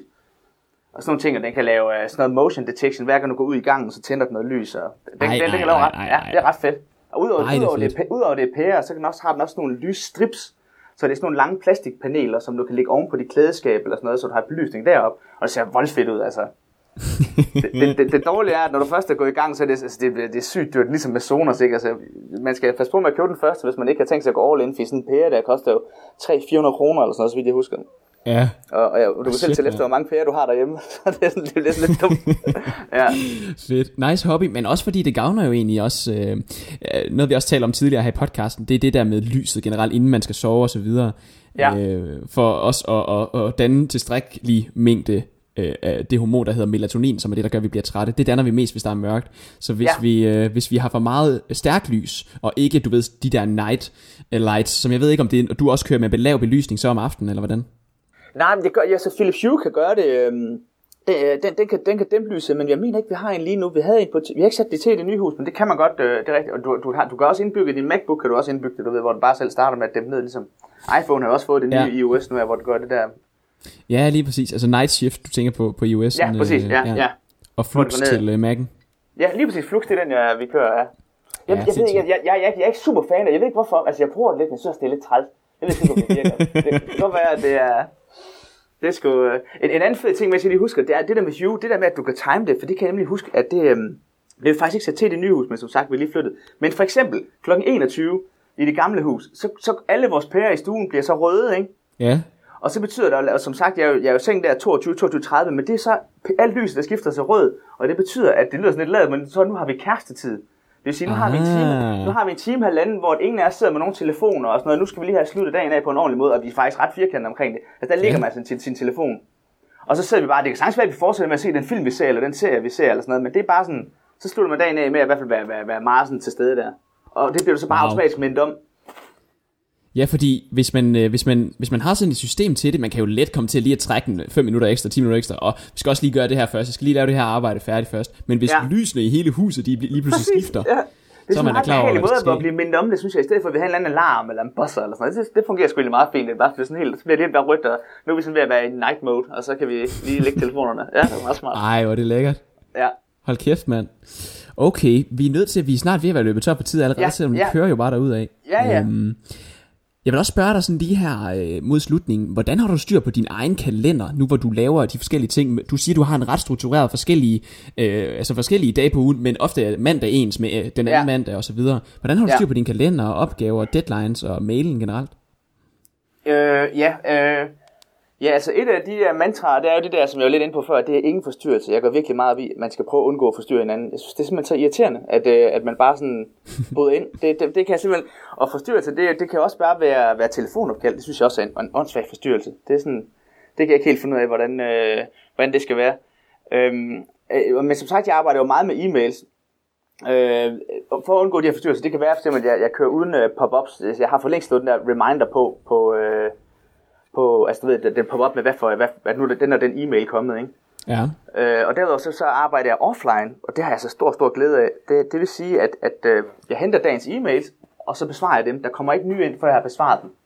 Speaker 2: Og sådan nogle ting, og den kan lave uh, sådan noget motion detection. Hver gang du går ud i gangen, så tænder den noget lys. Og den, ej, den, den kan lave ret. Ja, det er ret fedt. Og udover, ej, udover, det, det, udover det pære, så kan den også, har den også nogle lysstrips. Så det er sådan nogle lange plastikpaneler, som du kan lægge oven på dit klædeskab eller sådan noget, så du har belysning derop, og det ser voldfedt ud, altså. det, det, det, det dårlige er, at når du først er gået i gang, så er det, altså, det, det er sygt dyrt, ligesom med Sonos, ikke? Altså, man skal passe på med at købe den første, hvis man ikke har tænkt sig at gå all in, for sådan en pære, der koster jo tre til fire hundrede kroner eller sådan noget, så vidt jeg husker.
Speaker 3: Ja.
Speaker 2: Og, og ja, du kan selv til efter, hvor mange pærer du har derhjemme, så det er, sådan, det er lidt, lidt dumt. Ja.
Speaker 3: Fedt. Nice hobby, men også fordi det gavner jo egentlig også, øh, noget vi også talte om tidligere her i podcasten, det er det der med lyset generelt, inden man skal sove og så videre. Ja. Øh, for os at, at, at danne tilstrækkelig mængde øh, af det hormon, der hedder melatonin, som er det, der gør, at vi bliver trætte. Det danner vi mest, hvis der er mørkt. Så hvis, ja. vi, øh, hvis vi har for meget stærkt lys, og ikke, du ved, de der night lights, som jeg ved ikke, om det er, du også kører med lav belysning så om aftenen, eller hvordan?
Speaker 2: Nej, men det gør, ja, så Philips Hue kan gøre det, øhm, det den, den, kan, den kan dæmpe lyset, men jeg mener ikke, vi har en lige nu. Vi havde en på, vi har ikke sat det til i det nye hus, men det kan man godt, øh, det er rigtigt. Og du, du, har, du kan også indbygge din MacBook, kan du også indbygge det, du ved, hvor du bare selv starter med at dæmpe ned, ligesom iPhone har også fået det nye ja. i iOS nu, hvor du gør det der.
Speaker 3: Ja, lige præcis. Altså Night Shift, du tænker på, på iOS.
Speaker 2: Ja, præcis, ja, ja. ja.
Speaker 3: Og Flux til uh, Mac'en.
Speaker 2: Ja, lige præcis. Flux til den, ja, vi kører, ja. Jeg, ja, jeg, ved, jeg, jeg, jeg, jeg, jeg er ikke super fan af, jeg ved ikke hvorfor, altså jeg bruger det lidt, men jeg synes, det er lidt træls. Jeg ved ikke, om det virker. Det kan godt være, at det er... Det er sgu, øh, en, en anden fed ting, hvis jeg lige husker, det er det der med Hue, det der med, at du kan time det, for det kan jeg nemlig huske, at det, øh, det er faktisk ikke sat til det nye hus, men som sagt, vi lige flyttet. Men for eksempel, klokken enogtyve i det gamle hus, så, så alle vores pærer i stuen bliver så røde, ikke?
Speaker 3: Ja.
Speaker 2: Og så betyder det, og som sagt, jeg er jo, jeg er jo seng der toogtyve, toogtyve, tredive, men det er så alt lyset, der skifter til rød, og det betyder, at det lyder sådan lidt ladet, men så nu har vi kærestetid. Det vil sige, nu har, vi en time, nu har vi en time halvanden, hvor ingen af os sidder med nogle telefoner og sådan noget. Nu skal vi lige have sluttet dagen af på en ordentlig måde, og vi er faktisk ret firkantede omkring det. Altså der ligger man altså til sin telefon. Og så sidder vi bare, det kan sagtens være, at vi fortsætter med at se den film, vi ser, eller den serie, vi ser, eller sådan noget. Men det er bare sådan, så slutter man dagen af med at i hvert fald være, være, være meget sådan til stede der. Og det bliver du så bare wow. automatisk mindet om.
Speaker 3: Ja, fordi hvis man, øh, hvis, man, hvis man har sådan et system til det, man kan jo let komme til lige at trække den fem minutter ekstra, ti minutter ekstra, og vi skal også lige gøre det her først, jeg skal lige lave det her arbejde færdigt først. Men hvis ja. lysene i hele huset, de lige pludselig skifter, ja.
Speaker 2: Det
Speaker 3: så er man da klar over,
Speaker 2: hvad der sker. Det er en måde at blive mindet om det, synes jeg, i stedet for at vi har en eller anden alarm eller en buzzer eller sådan noget. Det, det fungerer sgu egentlig meget fint. Det er bare sådan helt, så bliver det helt bare rødt, og nu er vi sådan ved at være i night mode, og så kan vi lige lægge telefonerne. Ja, det er meget smart.
Speaker 3: Ej, hvor er det lækkert.
Speaker 2: Ja.
Speaker 3: Hold kæft, mand. Okay, vi er nødt til, at vi er snart ved at være løbet tør på tid allerede, ja, selvom vi ja. kører jo bare derudad.
Speaker 2: Ja, ja. Øhm,
Speaker 3: jeg vil også spørge dig sådan lige her øh, mod slutningen. Hvordan har du styr på din egen kalender, nu hvor du laver de forskellige ting? Du siger, du har en ret struktureret forskellige, øh, altså forskellige dage på ugen, men ofte er mandag ens med øh, den anden ja. mandag og så videre. Hvordan har du styr på din kalender, opgaver, deadlines og mailen generelt?
Speaker 2: Øh, ja, øh, ja, altså et af de der mantraer, det er jo det der, som jeg var lidt inde på før, det er ingen forstyrrelse. Jeg går virkelig meget op i, at man skal prøve at undgå at forstyrre hinanden. Jeg synes, det er simpelthen så irriterende, at, øh, at man bare sådan bryder ind. Det, det, det kan jeg simpelthen, og forstyrrelse, det, det kan også bare være, være telefonopkald. Det synes jeg også er en, en åndssvag forstyrrelse. Det er sådan, det kan jeg ikke helt finde ud af, hvordan, øh, hvordan det skal være. Øhm, øh, men som sagt, jeg arbejder jo meget med e-mails. Øh, for at undgå de her forstyrrelser, det kan være for eksempel, at jeg, jeg kører uden uh, pop-ups. Jeg har for længst slået den der reminder på, på øh, på, altså du ved, den popper op med, hvad for, hvad, hvad nu den og den e-mail kommet, ikke?
Speaker 3: Ja.
Speaker 2: Øh, og derudover så, så arbejder jeg offline, og det har jeg så stor, stor glæde af. Det, det vil sige, at, at øh, jeg henter dagens e-mails, og så besvarer jeg dem. Der kommer ikke nye ind, før jeg har besvaret dem.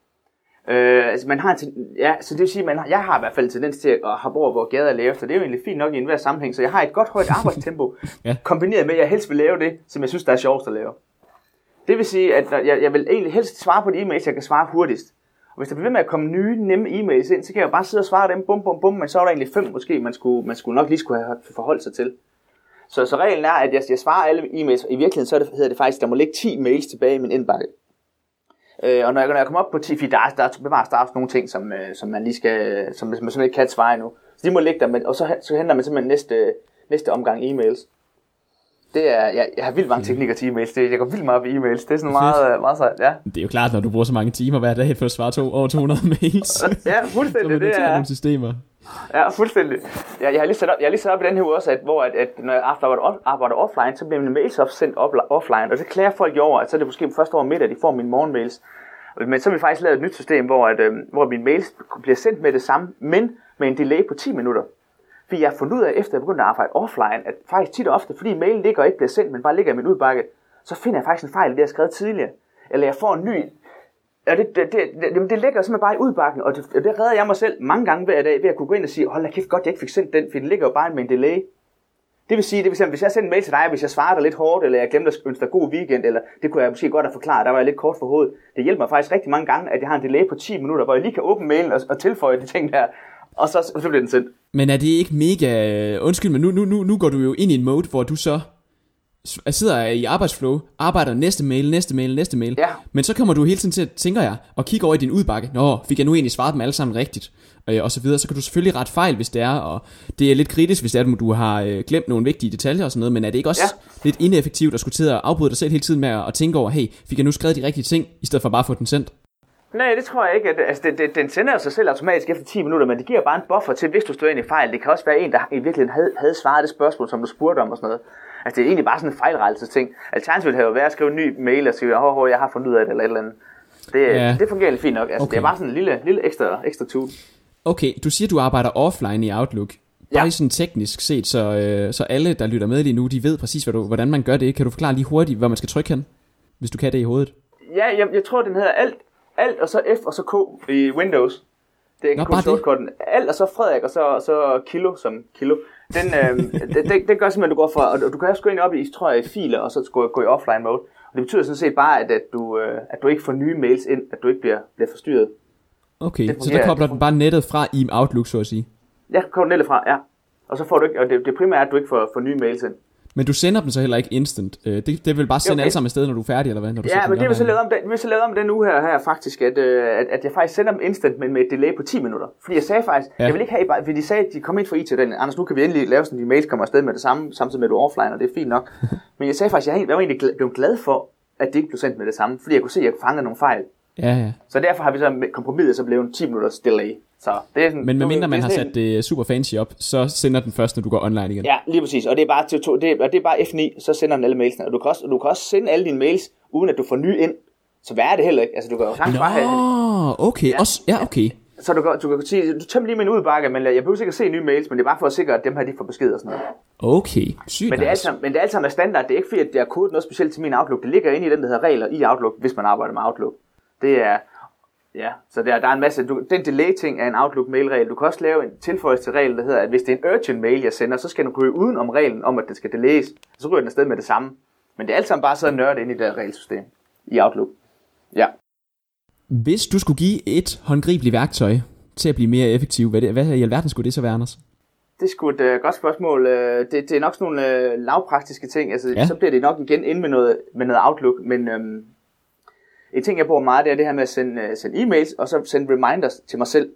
Speaker 2: Øh, altså man har en, ja, så det vil sige, man har, jeg har i hvert fald tendens til at have brug hvor gader lave, så det er jo egentlig fint nok i enhver sammenhæng. Så jeg har et godt højt arbejdstempo, ja. kombineret med, at jeg helst vil lave det, som jeg synes, der er sjovest at lave. Det vil sige, at jeg, jeg vil egentlig helst svare på de e-mails, jeg kan svare hurtigst. Og hvis der bliver ved med at komme nye, nemme e-mails ind, så kan jeg jo bare sidde og svare dem, bum, bum, bum, men så er der egentlig fem måske, man skulle, man skulle nok lige skulle have forholdt sig til. Så, så reglen er, at jeg, jeg svarer alle e-mails, og i virkeligheden så det, hedder det faktisk, der må ligge ti mails tilbage i min indbakke. Øh, og når jeg, når jeg kommer op på ti, fordi der, der bevares der også nogle ting, som, øh, som man lige skal, som man simpelthen ikke kan svare endnu. Så de må ligge der, men, og så, så henter man simpelthen næste, næste omgang e-mails. Det er, jeg, jeg har vildt mange teknikker til e-mails. Det, jeg går vildt meget op i e-mails. Det er sådan meget, meget sejt, ja.
Speaker 3: Det er jo klart, når du bruger så mange timer hver dag for at svare to, over to hundrede mails.
Speaker 2: Ja, fuldstændig.
Speaker 3: det er nogle systemer.
Speaker 2: Ja, fuldstændig. Jeg, jeg har lige sat op, jeg har lige sat op i den her uge også, at, hvor at, at når jeg arbejder, arbejder offline, så bliver mine mails også sendt op, offline. Og det klager folk jo over, at så er det måske først over middag, at de får mine morgenmails. Men så har vi faktisk lavet et nyt system, hvor, at, øh, hvor mine mails bliver sendt med det samme, men med en delay på ti minutter. Fordi jeg har fundet ud af, efter jeg begyndte at arbejde offline, at faktisk tit og ofte, fordi mailen ligger og ikke bliver sendt, men bare ligger i min udbakke, så finder jeg faktisk en fejl, det jeg har skrevet tidligere. Eller jeg får en ny. Og det, det, det, det, det ligger simpelthen bare i udbakken, og det, det redder jeg mig selv mange gange hver dag, ved at kunne gå ind og sige, hold da kæft godt, jeg ikke fik sendt den, for den ligger jo bare med en delay. Det vil sige, det vil sige, hvis jeg sender en mail til dig, hvis jeg svarer dig lidt hårdt, eller jeg glemte at ønske dig god weekend, eller det kunne jeg måske godt have forklaret, der var jeg lidt kort for hovedet. Det hjælper mig faktisk rigtig mange gange, at jeg har en delay på ti minutter, hvor jeg lige kan åbne mailen og, og tilføje de ting der. Og så, og så bliver den sendt.
Speaker 3: Men er det ikke mega... Undskyld, men nu, nu, nu, nu går du jo ind i en mode, hvor du så sidder i arbejdsflow, arbejder næste mail, næste mail, næste mail.
Speaker 2: Ja.
Speaker 3: Men så kommer du hele tiden til, tænker jeg, og kigger over i din udbakke. Nå, fik jeg nu egentlig svaret dem alle sammen rigtigt? Øh, og så videre. Så kan du selvfølgelig rette fejl, hvis det er. Og det er lidt kritisk, hvis det er, at du har øh, glemt nogle vigtige detaljer og sådan noget. Men er det ikke også ja. lidt ineffektivt at skulle til at afbryde dig selv hele tiden med at, at tænke over, hey, fik jeg nu skrevet de rigtige ting, i stedet for bare at få den sendt?
Speaker 2: Nej, det tror jeg ikke. At, altså, det, det, den sender sig selv automatisk efter ti minutter, men det giver bare en buffer til, hvis du står ind i fejl. Det kan også være en, der i virkeligheden havde, havde svaret det spørgsmål, som du spurgte om og sådan noget. Altså, det er egentlig bare sådan en fejlrettelsesting. Alternativet havde jo været at skrive en ny mail og sige, hov, hov, jeg har fundet ud af det, eller et eller andet. Det, ja. det fungerer lidt fint nok. Altså, okay. Det er bare sådan en lille, lille ekstra, ekstra tool.
Speaker 3: Okay, du siger, du arbejder offline i Outlook. Bare ja. sådan teknisk set, så, øh, så alle, der lytter med lige nu, de ved præcis, hvad du, hvordan man gør det. Kan du forklare lige hurtigt, hvor man skal trykke hen, hvis du kan det i hovedet? Ja,
Speaker 2: jeg, jeg tror, den hedder alt. Alt og så F og så K i Windows. Det er
Speaker 3: Nå, bare
Speaker 2: det. Alt og så Frederik og så, så kilo som kilo. Den, øh, det, det, det gør simpelthen, at du går fra, og du kan også gå ind op i, tror jeg, filer, og så gå, gå i offline mode. Og det betyder sådan set bare, at, at, du, øh, at du ikke får nye mails ind, at du ikke bliver, bliver forstyrret.
Speaker 3: Okay, så der kobler den bare nettet fra i Outlook, så at sige?
Speaker 2: Ja, kobler nettet fra, ja. Og så får du ikke, og det, det primære er, at du ikke får, får nye mails ind.
Speaker 3: Men du sender dem så heller ikke instant. Det, det vil bare sende okay. alle sammen afsted, når du er færdig, eller hvad? Når du
Speaker 2: ja, men det vil så lavet om den, så lavet om den uge her, her faktisk, at, at, at jeg faktisk sender dem instant, men med et delay på ti minutter. Fordi jeg sagde faktisk, ja. jeg vil ikke have, fordi de sagde, at de kom ind for I T, den, Anders, nu kan vi endelig lave sådan, at de mails kommer afsted med det samme, samtidig med at du er offline, og det er fint nok. Men jeg sagde faktisk, at jeg var egentlig glad, glad for, at det ikke blev sendt med det samme, fordi jeg kunne se, at jeg fangede nogle fejl.
Speaker 3: Ja, ja.
Speaker 2: Så derfor har vi så kompromiset, så blev en ti minutters delay. Så det er sådan,
Speaker 3: men medmindre man har sat det super fancy op, så sender den først, når du går online igen.
Speaker 2: Ja, lige præcis. Og det er bare, det er, og det er bare F ni, så sender den alle mailsene. Og du kan, også, du kan også sende alle dine mails, uden at du får nye ind. Så hvad er det heller ikke? Altså, du kan jo sagtens bare have...
Speaker 3: Nå, okay. Ja. Også, ja, okay.
Speaker 2: Så du kan, du kan sige, du tømmer lige min udbakke, men jeg behøver sikkert se nye mails, men det er bare for at sikre, at dem her, de får besked og sådan noget.
Speaker 3: Okay, sygt.
Speaker 2: Men det er altså, men det er altså med standard. Det er ikke fordi, at det er kodet noget specielt til min Outlook. Det ligger inde i den, der hedder regler i Outlook, hvis man arbejder med Outlook. Det er... Ja, så der, der er en masse... Du, den delay-ting er en Outlook-mail-regel. Du kan også lave en tilføjelse til regel, der hedder, at hvis det er en urgent mail, jeg sender, så skal den ryge uden om reglen om, at det skal delays. Så ryger den afsted med det samme. Men det er alt sammen bare så nørdet ind i det her regelsystem i Outlook. Ja.
Speaker 3: Hvis du skulle give et håndgribeligt værktøj til at blive mere effektiv, hvad, det, hvad i alverden skulle det så være, Anders?
Speaker 2: Det er sgu et uh, godt spørgsmål. Det, det er nok sådan nogle uh, lavpraktiske ting. Altså, ja. Så bliver det nok igen ind med noget, med noget Outlook. Men um, en ting, jeg bruger meget, det er det her med at sende, uh, sende e-mails, og så sende reminders til mig selv.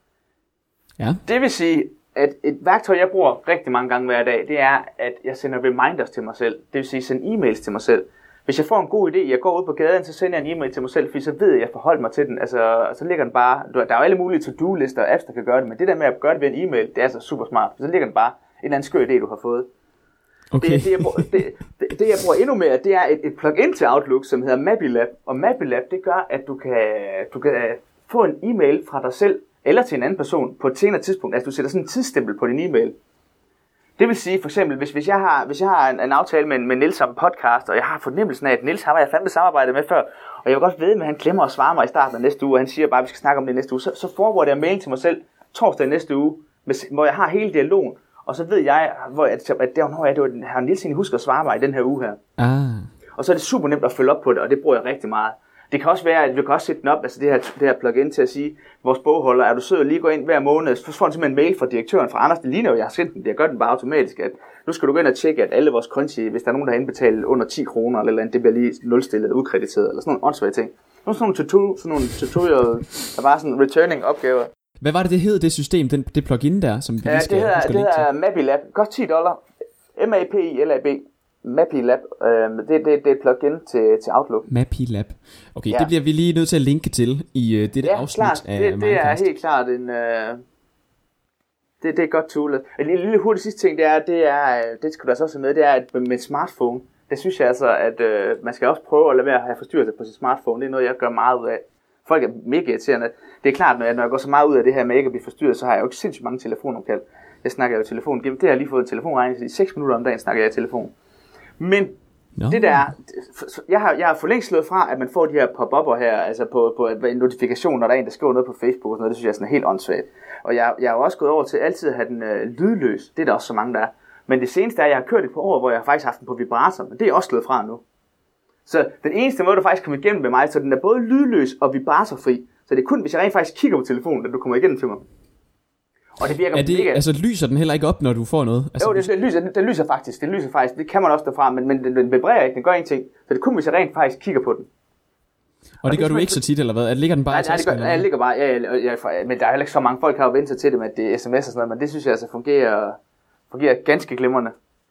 Speaker 3: Ja.
Speaker 2: Det vil sige, at et værktøj, jeg bruger rigtig mange gange hver dag, det er, at jeg sender reminders til mig selv. Det vil sige, sende e-mails til mig selv. Hvis jeg får en god idé, jeg går ud på gaden, så sender jeg en e-mail til mig selv, fordi så ved jeg, at jeg forholder mig til den. Altså, så ligger den bare... Der er jo alle mulige to-do-lister og apps, der kan gøre det, men det der med at gøre det ved en e-mail, det er altså super smart. Så ligger den bare en eller anden skør idé, du har fået.
Speaker 3: Okay.
Speaker 2: Det, det, jeg bruger, det, det, det, jeg bruger endnu mere, det er et, et plugin til Outlook, som hedder MappiLab. Og MappiLab, det gør, at du kan, du kan få en e-mail fra dig selv, eller til en anden person, på et senere tidspunkt. Altså, du sætter sådan en tidsstempel på din e-mail. Det vil sige, for eksempel, hvis, hvis jeg har, hvis jeg har en, en aftale med, med Niels om podcast, og jeg har fornemmelsen af, at Niels har jeg fandme samarbejdet med før, og jeg vil godt vide, at han glemmer at svare mig i starten af næste uge, og han siger bare, at vi skal snakke om det næste uge, så, så forbereder jeg mail til mig selv torsdag næste uge, med, hvor jeg har hele dialogen, og så ved jeg, hvor, at, at det, når jeg, det har Niels egentlig husket at svare mig i den her uge her.
Speaker 3: Ah.
Speaker 2: Og så er det super nemt at følge op på det, og det bruger jeg rigtig meget. Det kan også være, at vi kan også sætte den op, altså det her, det her plugin til at sige, vores bogholder, er du sød og lige gå ind hver måned, så får du simpelthen en mail fra direktøren fra Anders, det ligner jo, jeg har sendt den, jeg gør den bare automatisk, at nu skal du gå ind og tjekke, at alle vores konti, hvis der er nogen, der har indbetalt under ti kroner eller andet, det bliver lige nulstillet eller udkrediteret, eller sådan nogle åndssvage ting. Nogle sådan nogle, tutu, sådan nogle tutorial, der bare sådan returning opgaver.
Speaker 3: Hvad var det, det hed, det system, den, det plugin der, som vi
Speaker 2: ja,
Speaker 3: lige skal,
Speaker 2: det hedder,
Speaker 3: skal
Speaker 2: det hedder MappiLab, godt ti dollar, M A P I L A B. MappiLab, øh, det, det, det er et plugin til, til Outlook.
Speaker 3: MappiLab. Okay, ja.
Speaker 2: Ja.
Speaker 3: Det bliver vi lige nødt til at linke til i uh, dette
Speaker 2: ja,
Speaker 3: afsnit
Speaker 2: klart.
Speaker 3: af
Speaker 2: det, det
Speaker 3: Mindcast.
Speaker 2: er helt klart en... Øh, det, det er et godt tool. En lille, lille hurtig sidste ting, det er, det er, det skal du altså også have med, det er, at med smartphone, det synes jeg altså, at øh, man skal også prøve at lade være at have forstyrrelse på sin smartphone. Det er noget, jeg gør meget ud af. Folk er mega irriterende. Det er klart, når jeg, når jeg går så meget ud af det her med ikke at blive forstyrret, så har jeg jo ikke sindssygt mange telefonopkald. Jeg snakker jo i telefon. Det har jeg lige fået en telefonregning, i seks minutter om dagen snakker jeg i telefon. Men
Speaker 3: No.
Speaker 2: det der, jeg har, jeg har for længst slået fra, at man får de her pop-up'er her, altså på, på en notifikation, når der er en, der skriver noget på Facebook og sådan noget, det synes jeg er sådan helt åndssvagt. Og jeg, jeg har også gået over til altid at have den øh, lydløs, det er der også så mange, der er. Men det seneste er, at jeg har kørt et par år, hvor jeg har faktisk haft den på vibrator, men det er også slået fra nu. Så den eneste måde, du faktisk kommer igennem med mig, så den er både lydløs og vibratorfri. Så det er kun, hvis jeg rent faktisk kigger på telefonen, at du kommer igennem til mig. Og det virker
Speaker 3: er det,
Speaker 2: mega...
Speaker 3: altså lyser den heller ikke op, når du får noget? Altså,
Speaker 2: jo, det, det, lyser, det, det lyser faktisk, det lyser faktisk, det kan man også derfra, men, men den, den vibrerer ikke, den gør ingenting. Så det er kun, hvis jeg rent faktisk kigger på den.
Speaker 3: Og, og det, det gør du ikke så tit, eller hvad? Ligger den bare
Speaker 2: nej,
Speaker 3: i tasken?
Speaker 2: Nej, det gør, ja, det ligger bare, ja, ja, ja, men der er heller ikke så mange folk, der har vendt sig til det med, at det er sms og sådan noget, men det synes jeg altså fungerer, fungerer ganske glimrende.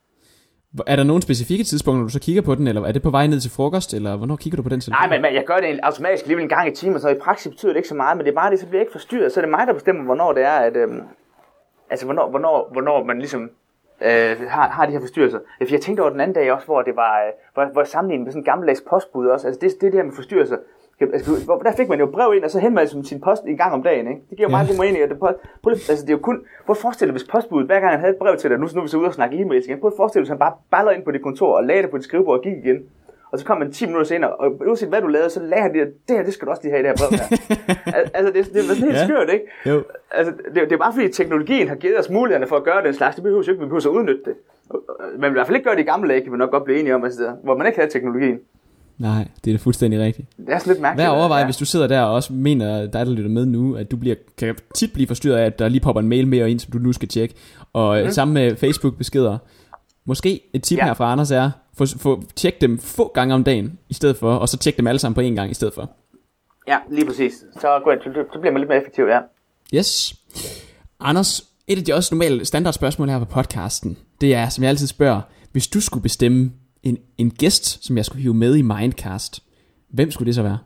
Speaker 3: Er der nogle specifikke tidspunkter, når du så kigger på den, eller er det på vej ned til frokost, eller hvornår kigger du på den telefon?
Speaker 2: Nej, men, men jeg gør det automatisk lige en gang i timen, så i praksis betyder det ikke så meget, men det er bare det, så bliver jeg ikke forstyrret, så er det mig, der bestemmer, hvornår det er, at... Øhm, altså, hvornår, hvornår, hvornår man ligesom øh, har, har de her forstyrrelser. Jeg tænkte over den anden dag også, hvor det var, øh, hvor, hvor jeg sammenlignede med sådan en gammeldags postbud også. Altså, det, det er det her med forstyrrelser. Altså, hvor, der fik man jo brev ind, og så henvendte man sin post en gang om dagen, ikke? Det giver jo meget god mening. Det, altså, det er jo kun... Prøv at forestille dig, hvis postbuddet, hver gang han havde et brev til dig, nu, nu er vi så ude og snakke e-mails igen, prøv at forestille dig, hvis han bare baller ind på dit kontor og lagde det på dit skrivebord og gik igen. Og så kom man ti minutter senere, og uanset hvad du lavede, så lagde han det, det her, det skal du også lige have i det her brev her. Altså, det, det er sådan helt ja. skørt, ikke?
Speaker 3: Jo.
Speaker 2: Altså, det, det er bare fordi teknologien har givet os mulighederne for at gøre den slags. Det behøver jo ikke, vi behøver at udnytte det. Man vil i hvert fald ikke gøre det i gamle dage, kan vi nok godt blive enige om, altså, hvor man ikke havde teknologien.
Speaker 3: Nej, det er da fuldstændig rigtigt.
Speaker 2: Det er sådan lidt mærkeligt.
Speaker 3: Hvad overvejer,
Speaker 2: ja.
Speaker 3: hvis du sidder der og også mener, dig der lytter med nu, at du bliver, kan tit blive forstyrret af, at der lige popper en mail mere ind, som du nu skal tjekke. Og mm. sammen med Facebook-beskeder. Måske et tip ja. her fra Anders er, få, få tjek dem få gange om dagen i stedet for, og så tjek dem alle sammen på en gang i stedet for.
Speaker 2: Ja, lige præcis. Så, så bliver man lidt mere effektiv, ja.
Speaker 3: Yes. Anders, et af de også normale standardspørgsmål her på podcasten, det er, som jeg altid spørger, hvis du skulle bestemme en, en gæst, som jeg skulle hive med i Mindcast, hvem skulle det så være?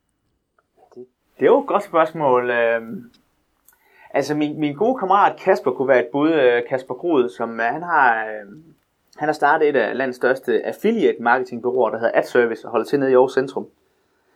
Speaker 2: Det, det er jo et godt spørgsmål. Altså, min, min gode kammerat Kasper kunne være et bud. Kasper Grud, som han har... Han har startet et af landets største affiliate marketingbureauer, der hedder AdService, og holder til nede i Aarhus Centrum.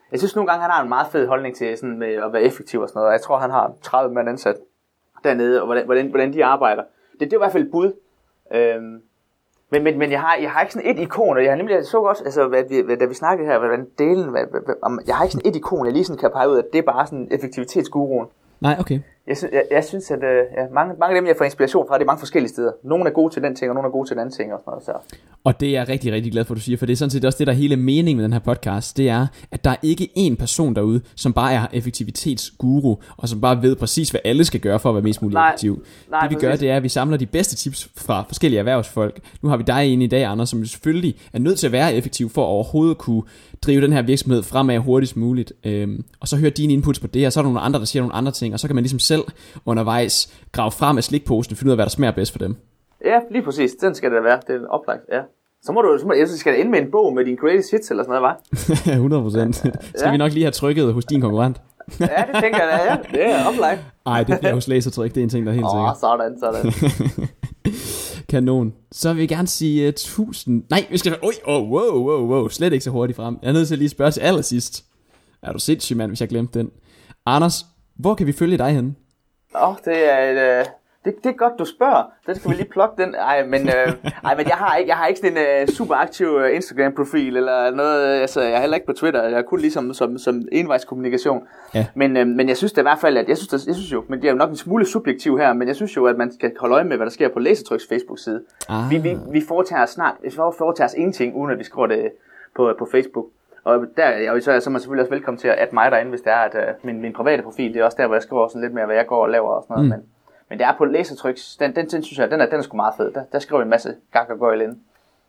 Speaker 2: Jeg synes nogle gange, han har en meget fed holdning til sådan med at være effektiv og sådan noget. Jeg tror, han har tredive mand ansat dernede, og hvordan, hvordan, hvordan de arbejder. Det, det er i hvert fald et bud. Øhm, men men, men jeg, har, jeg har ikke sådan et ikon, og jeg har nemlig jeg så også, altså, hvad vi, hvad, da vi snakkede her, hvordan delen, hvad, hvad, om, jeg har ikke sådan et ikon, jeg lige sådan kan pege ud, at det er bare sådan effektivitetsguruen.
Speaker 3: Nej, okay.
Speaker 2: Jeg synes, jeg, jeg synes at øh, ja, mange, mange af dem, jeg får inspiration fra, det er mange forskellige steder. Nogle er gode til den ting, og nogle er gode til den anden ting. Og, sådan noget, så.
Speaker 3: Og det er jeg rigtig, rigtig glad for, at du siger, for det er sådan set også det, der er hele meningen med den her podcast. Det er, at der er ikke én person derude, som bare er effektivitetsguru, og som bare ved præcis, hvad alle skal gøre for at være mest muligt nej, effektiv. Nej, det vi præcis. gør, det er, at vi samler de bedste tips fra forskellige erhvervsfolk. Nu har vi dig inde i dag, Anders, som selvfølgelig er nødt til at være effektiv for at overhovedet kunne drive den her virksomhed fremad hurtigst muligt. Øhm, og så hører dine inputs på det, og så er der nogle andre, der siger nogle andre ting, og så kan man ligesom selv undervejs grave frem af slikposen og finde ud af, hvad der smager bedst for dem.
Speaker 2: Ja, lige præcis. Den skal det være. Det er en oplagt, ja. Så må du, så må, jeg synes, skal det ende med en bog med din greatest hits eller sådan noget, hva'?
Speaker 3: hundrede procent. Skal ja. vi nok lige have trykket hos din konkurrent?
Speaker 2: Ja, det tænker jeg da, ja. Det er oplagt.
Speaker 3: Ej, det bliver hos Lasertryk. Det er en ting, der er helt sikkert.
Speaker 2: Åh, sådan, sådan.
Speaker 3: Kanon. Så vil jeg gerne sige uh, tusind... Nej, vi skal... Oj, oh, wow, wow, wow. Slet ikke så hurtigt frem. Jeg er nødt til at lige spørge til allersidst. Er du sindssyg, mand, hvis jeg glemte den? Anders, hvor kan vi følge dig henne?
Speaker 2: Åh, oh, det er et... Uh... Det, det er godt, du spørger. Det skal vi lige plukke den. Ej, men, øh, ej, men jeg har ikke, jeg har ikke sådan en uh, super aktiv uh, Instagram-profil eller noget. Altså, jeg er heller ikke på Twitter. Jeg er kun ligesom som, som envejskommunikation. Ja. Men, øh, men jeg synes det i hvert fald, at jeg synes, det, jeg synes jo, men det er jo nok en smule subjektiv her, men jeg synes jo, at man skal holde øje med, hvad der sker på Lasertryks Facebook-side. Ah. Vi, vi, vi foretager os snart, vi foretager os ingenting, uden at vi skriver det på, på Facebook. Og der, og så er man selvfølgelig også velkommen til at adde mig derinde, hvis det er, at uh, min, min private profil, det er også der, hvor jeg skriver sådan lidt mere, hvad jeg går og laver og sådan noget. Mm. Men, Men det er på Lasertryks, den, den, den synes jeg, den er, den er sgu meget fed. Der, der skriver en masse gak og gøjl ind.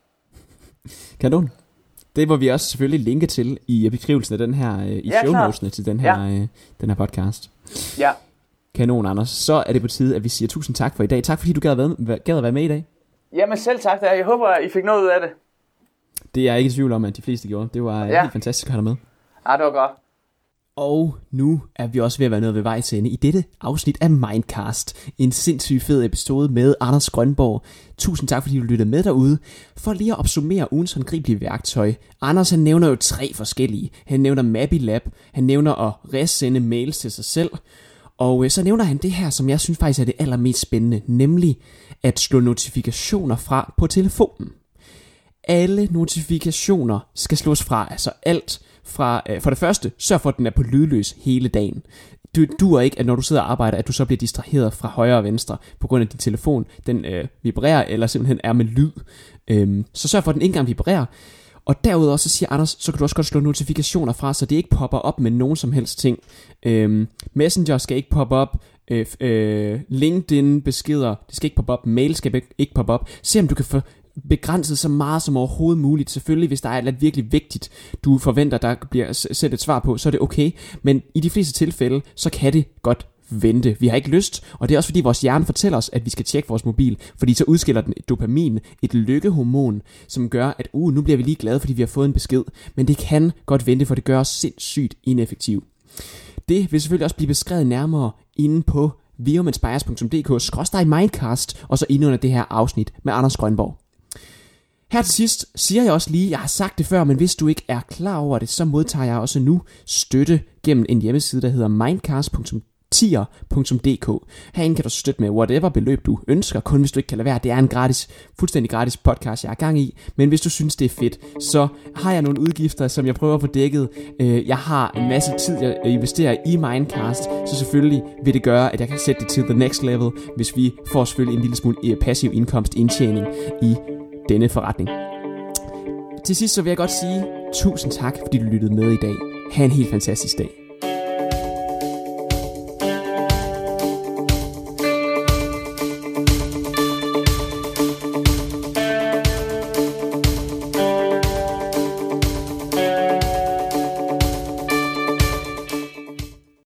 Speaker 3: Kanon. Det må vi også selvfølgelig linke til i beskrivelsen af den her, i ja, shownotesene til den her, ja. den her podcast.
Speaker 2: Ja.
Speaker 3: Kanon, Anders. Så er det på tide, at vi siger tusind tak for i dag. Tak fordi du gad at være, gad at være med i dag.
Speaker 2: Jamen selv tak der. Jeg håber, I fik noget ud af det.
Speaker 3: Det er jeg ikke i tvivl om, at de fleste gjorde. Det var ja. helt fantastisk at have dig med.
Speaker 2: Ja, det var godt.
Speaker 3: Og nu er vi også ved at være noget ved vejs ende i dette afsnit af Mindcast. En sindssygt fed episode med Anders Grønborg. Tusind tak, fordi du lyttede med derude. For lige at opsummere ugens håndgribelige værktøj. Anders han nævner jo tre forskellige. Han nævner MappiLab. Han nævner at resende mails til sig selv. Og så nævner han det her, som jeg synes faktisk er det allermest spændende. Nemlig at slå notifikationer fra på telefonen. Alle notifikationer skal slås fra, altså alt fra, øh, for det første, sørg for, at den er på lydløs hele dagen. Du duer ikke, at når du sidder og arbejder, at du så bliver distraheret fra højre og venstre, på grund af din telefon, den øh, vibrerer, eller simpelthen er med lyd. Øhm, så sørg for, at den ikke engang vibrerer. Og derudover så siger Anders, så kan du også godt slå notifikationer fra, så det ikke popper op med nogen som helst ting. Øhm, Messenger skal ikke poppe op, øh, øh, LinkedIn beskeder, det skal ikke poppe op, mail skal ikke poppe op. Se om du kan få begrænset så meget som overhovedet muligt. Selvfølgelig, hvis der er noget virkelig vigtigt, du forventer, der bliver sæt et svar på, så er det okay. Men i de fleste tilfælde, så kan det godt vente. Vi har ikke lyst, og det er også fordi vores hjerne fortæller os, at vi skal tjekke vores mobil, fordi så udskiller den et dopamin, et lykkehormon, som gør, at uh, nu bliver vi lige glade, fordi vi har fået en besked. Men det kan godt vente, for det gør os sindssygt ineffektiv. Det vil selvfølgelig også blive beskrevet nærmere inde på viuminspires punktum d k skråstreg mindcast, og så inde under det her afsnit med Anders Grønborg. Her til sidst siger jeg også lige, jeg har sagt det før, men hvis du ikke er klar over det, så modtager jeg også nu støtte gennem en hjemmeside, der hedder mindcast punktum tier punktum d k. Herinde kan du støtte med whatever beløb du ønsker, kun hvis du ikke kan lade være. Det er en gratis, fuldstændig gratis podcast, jeg er gang i, men hvis du synes det er fedt, så har jeg nogle udgifter, som jeg prøver at få dækket. Jeg har en masse tid, jeg investerer i Mindcast, så selvfølgelig vil det gøre, at jeg kan sætte det til the next level, hvis vi får selvfølgelig en lille smule passiv indkomst indtjening i denne forretning. Til sidst så vil jeg godt sige tusind tak, fordi du lyttede med i dag. Ha' en helt fantastisk dag.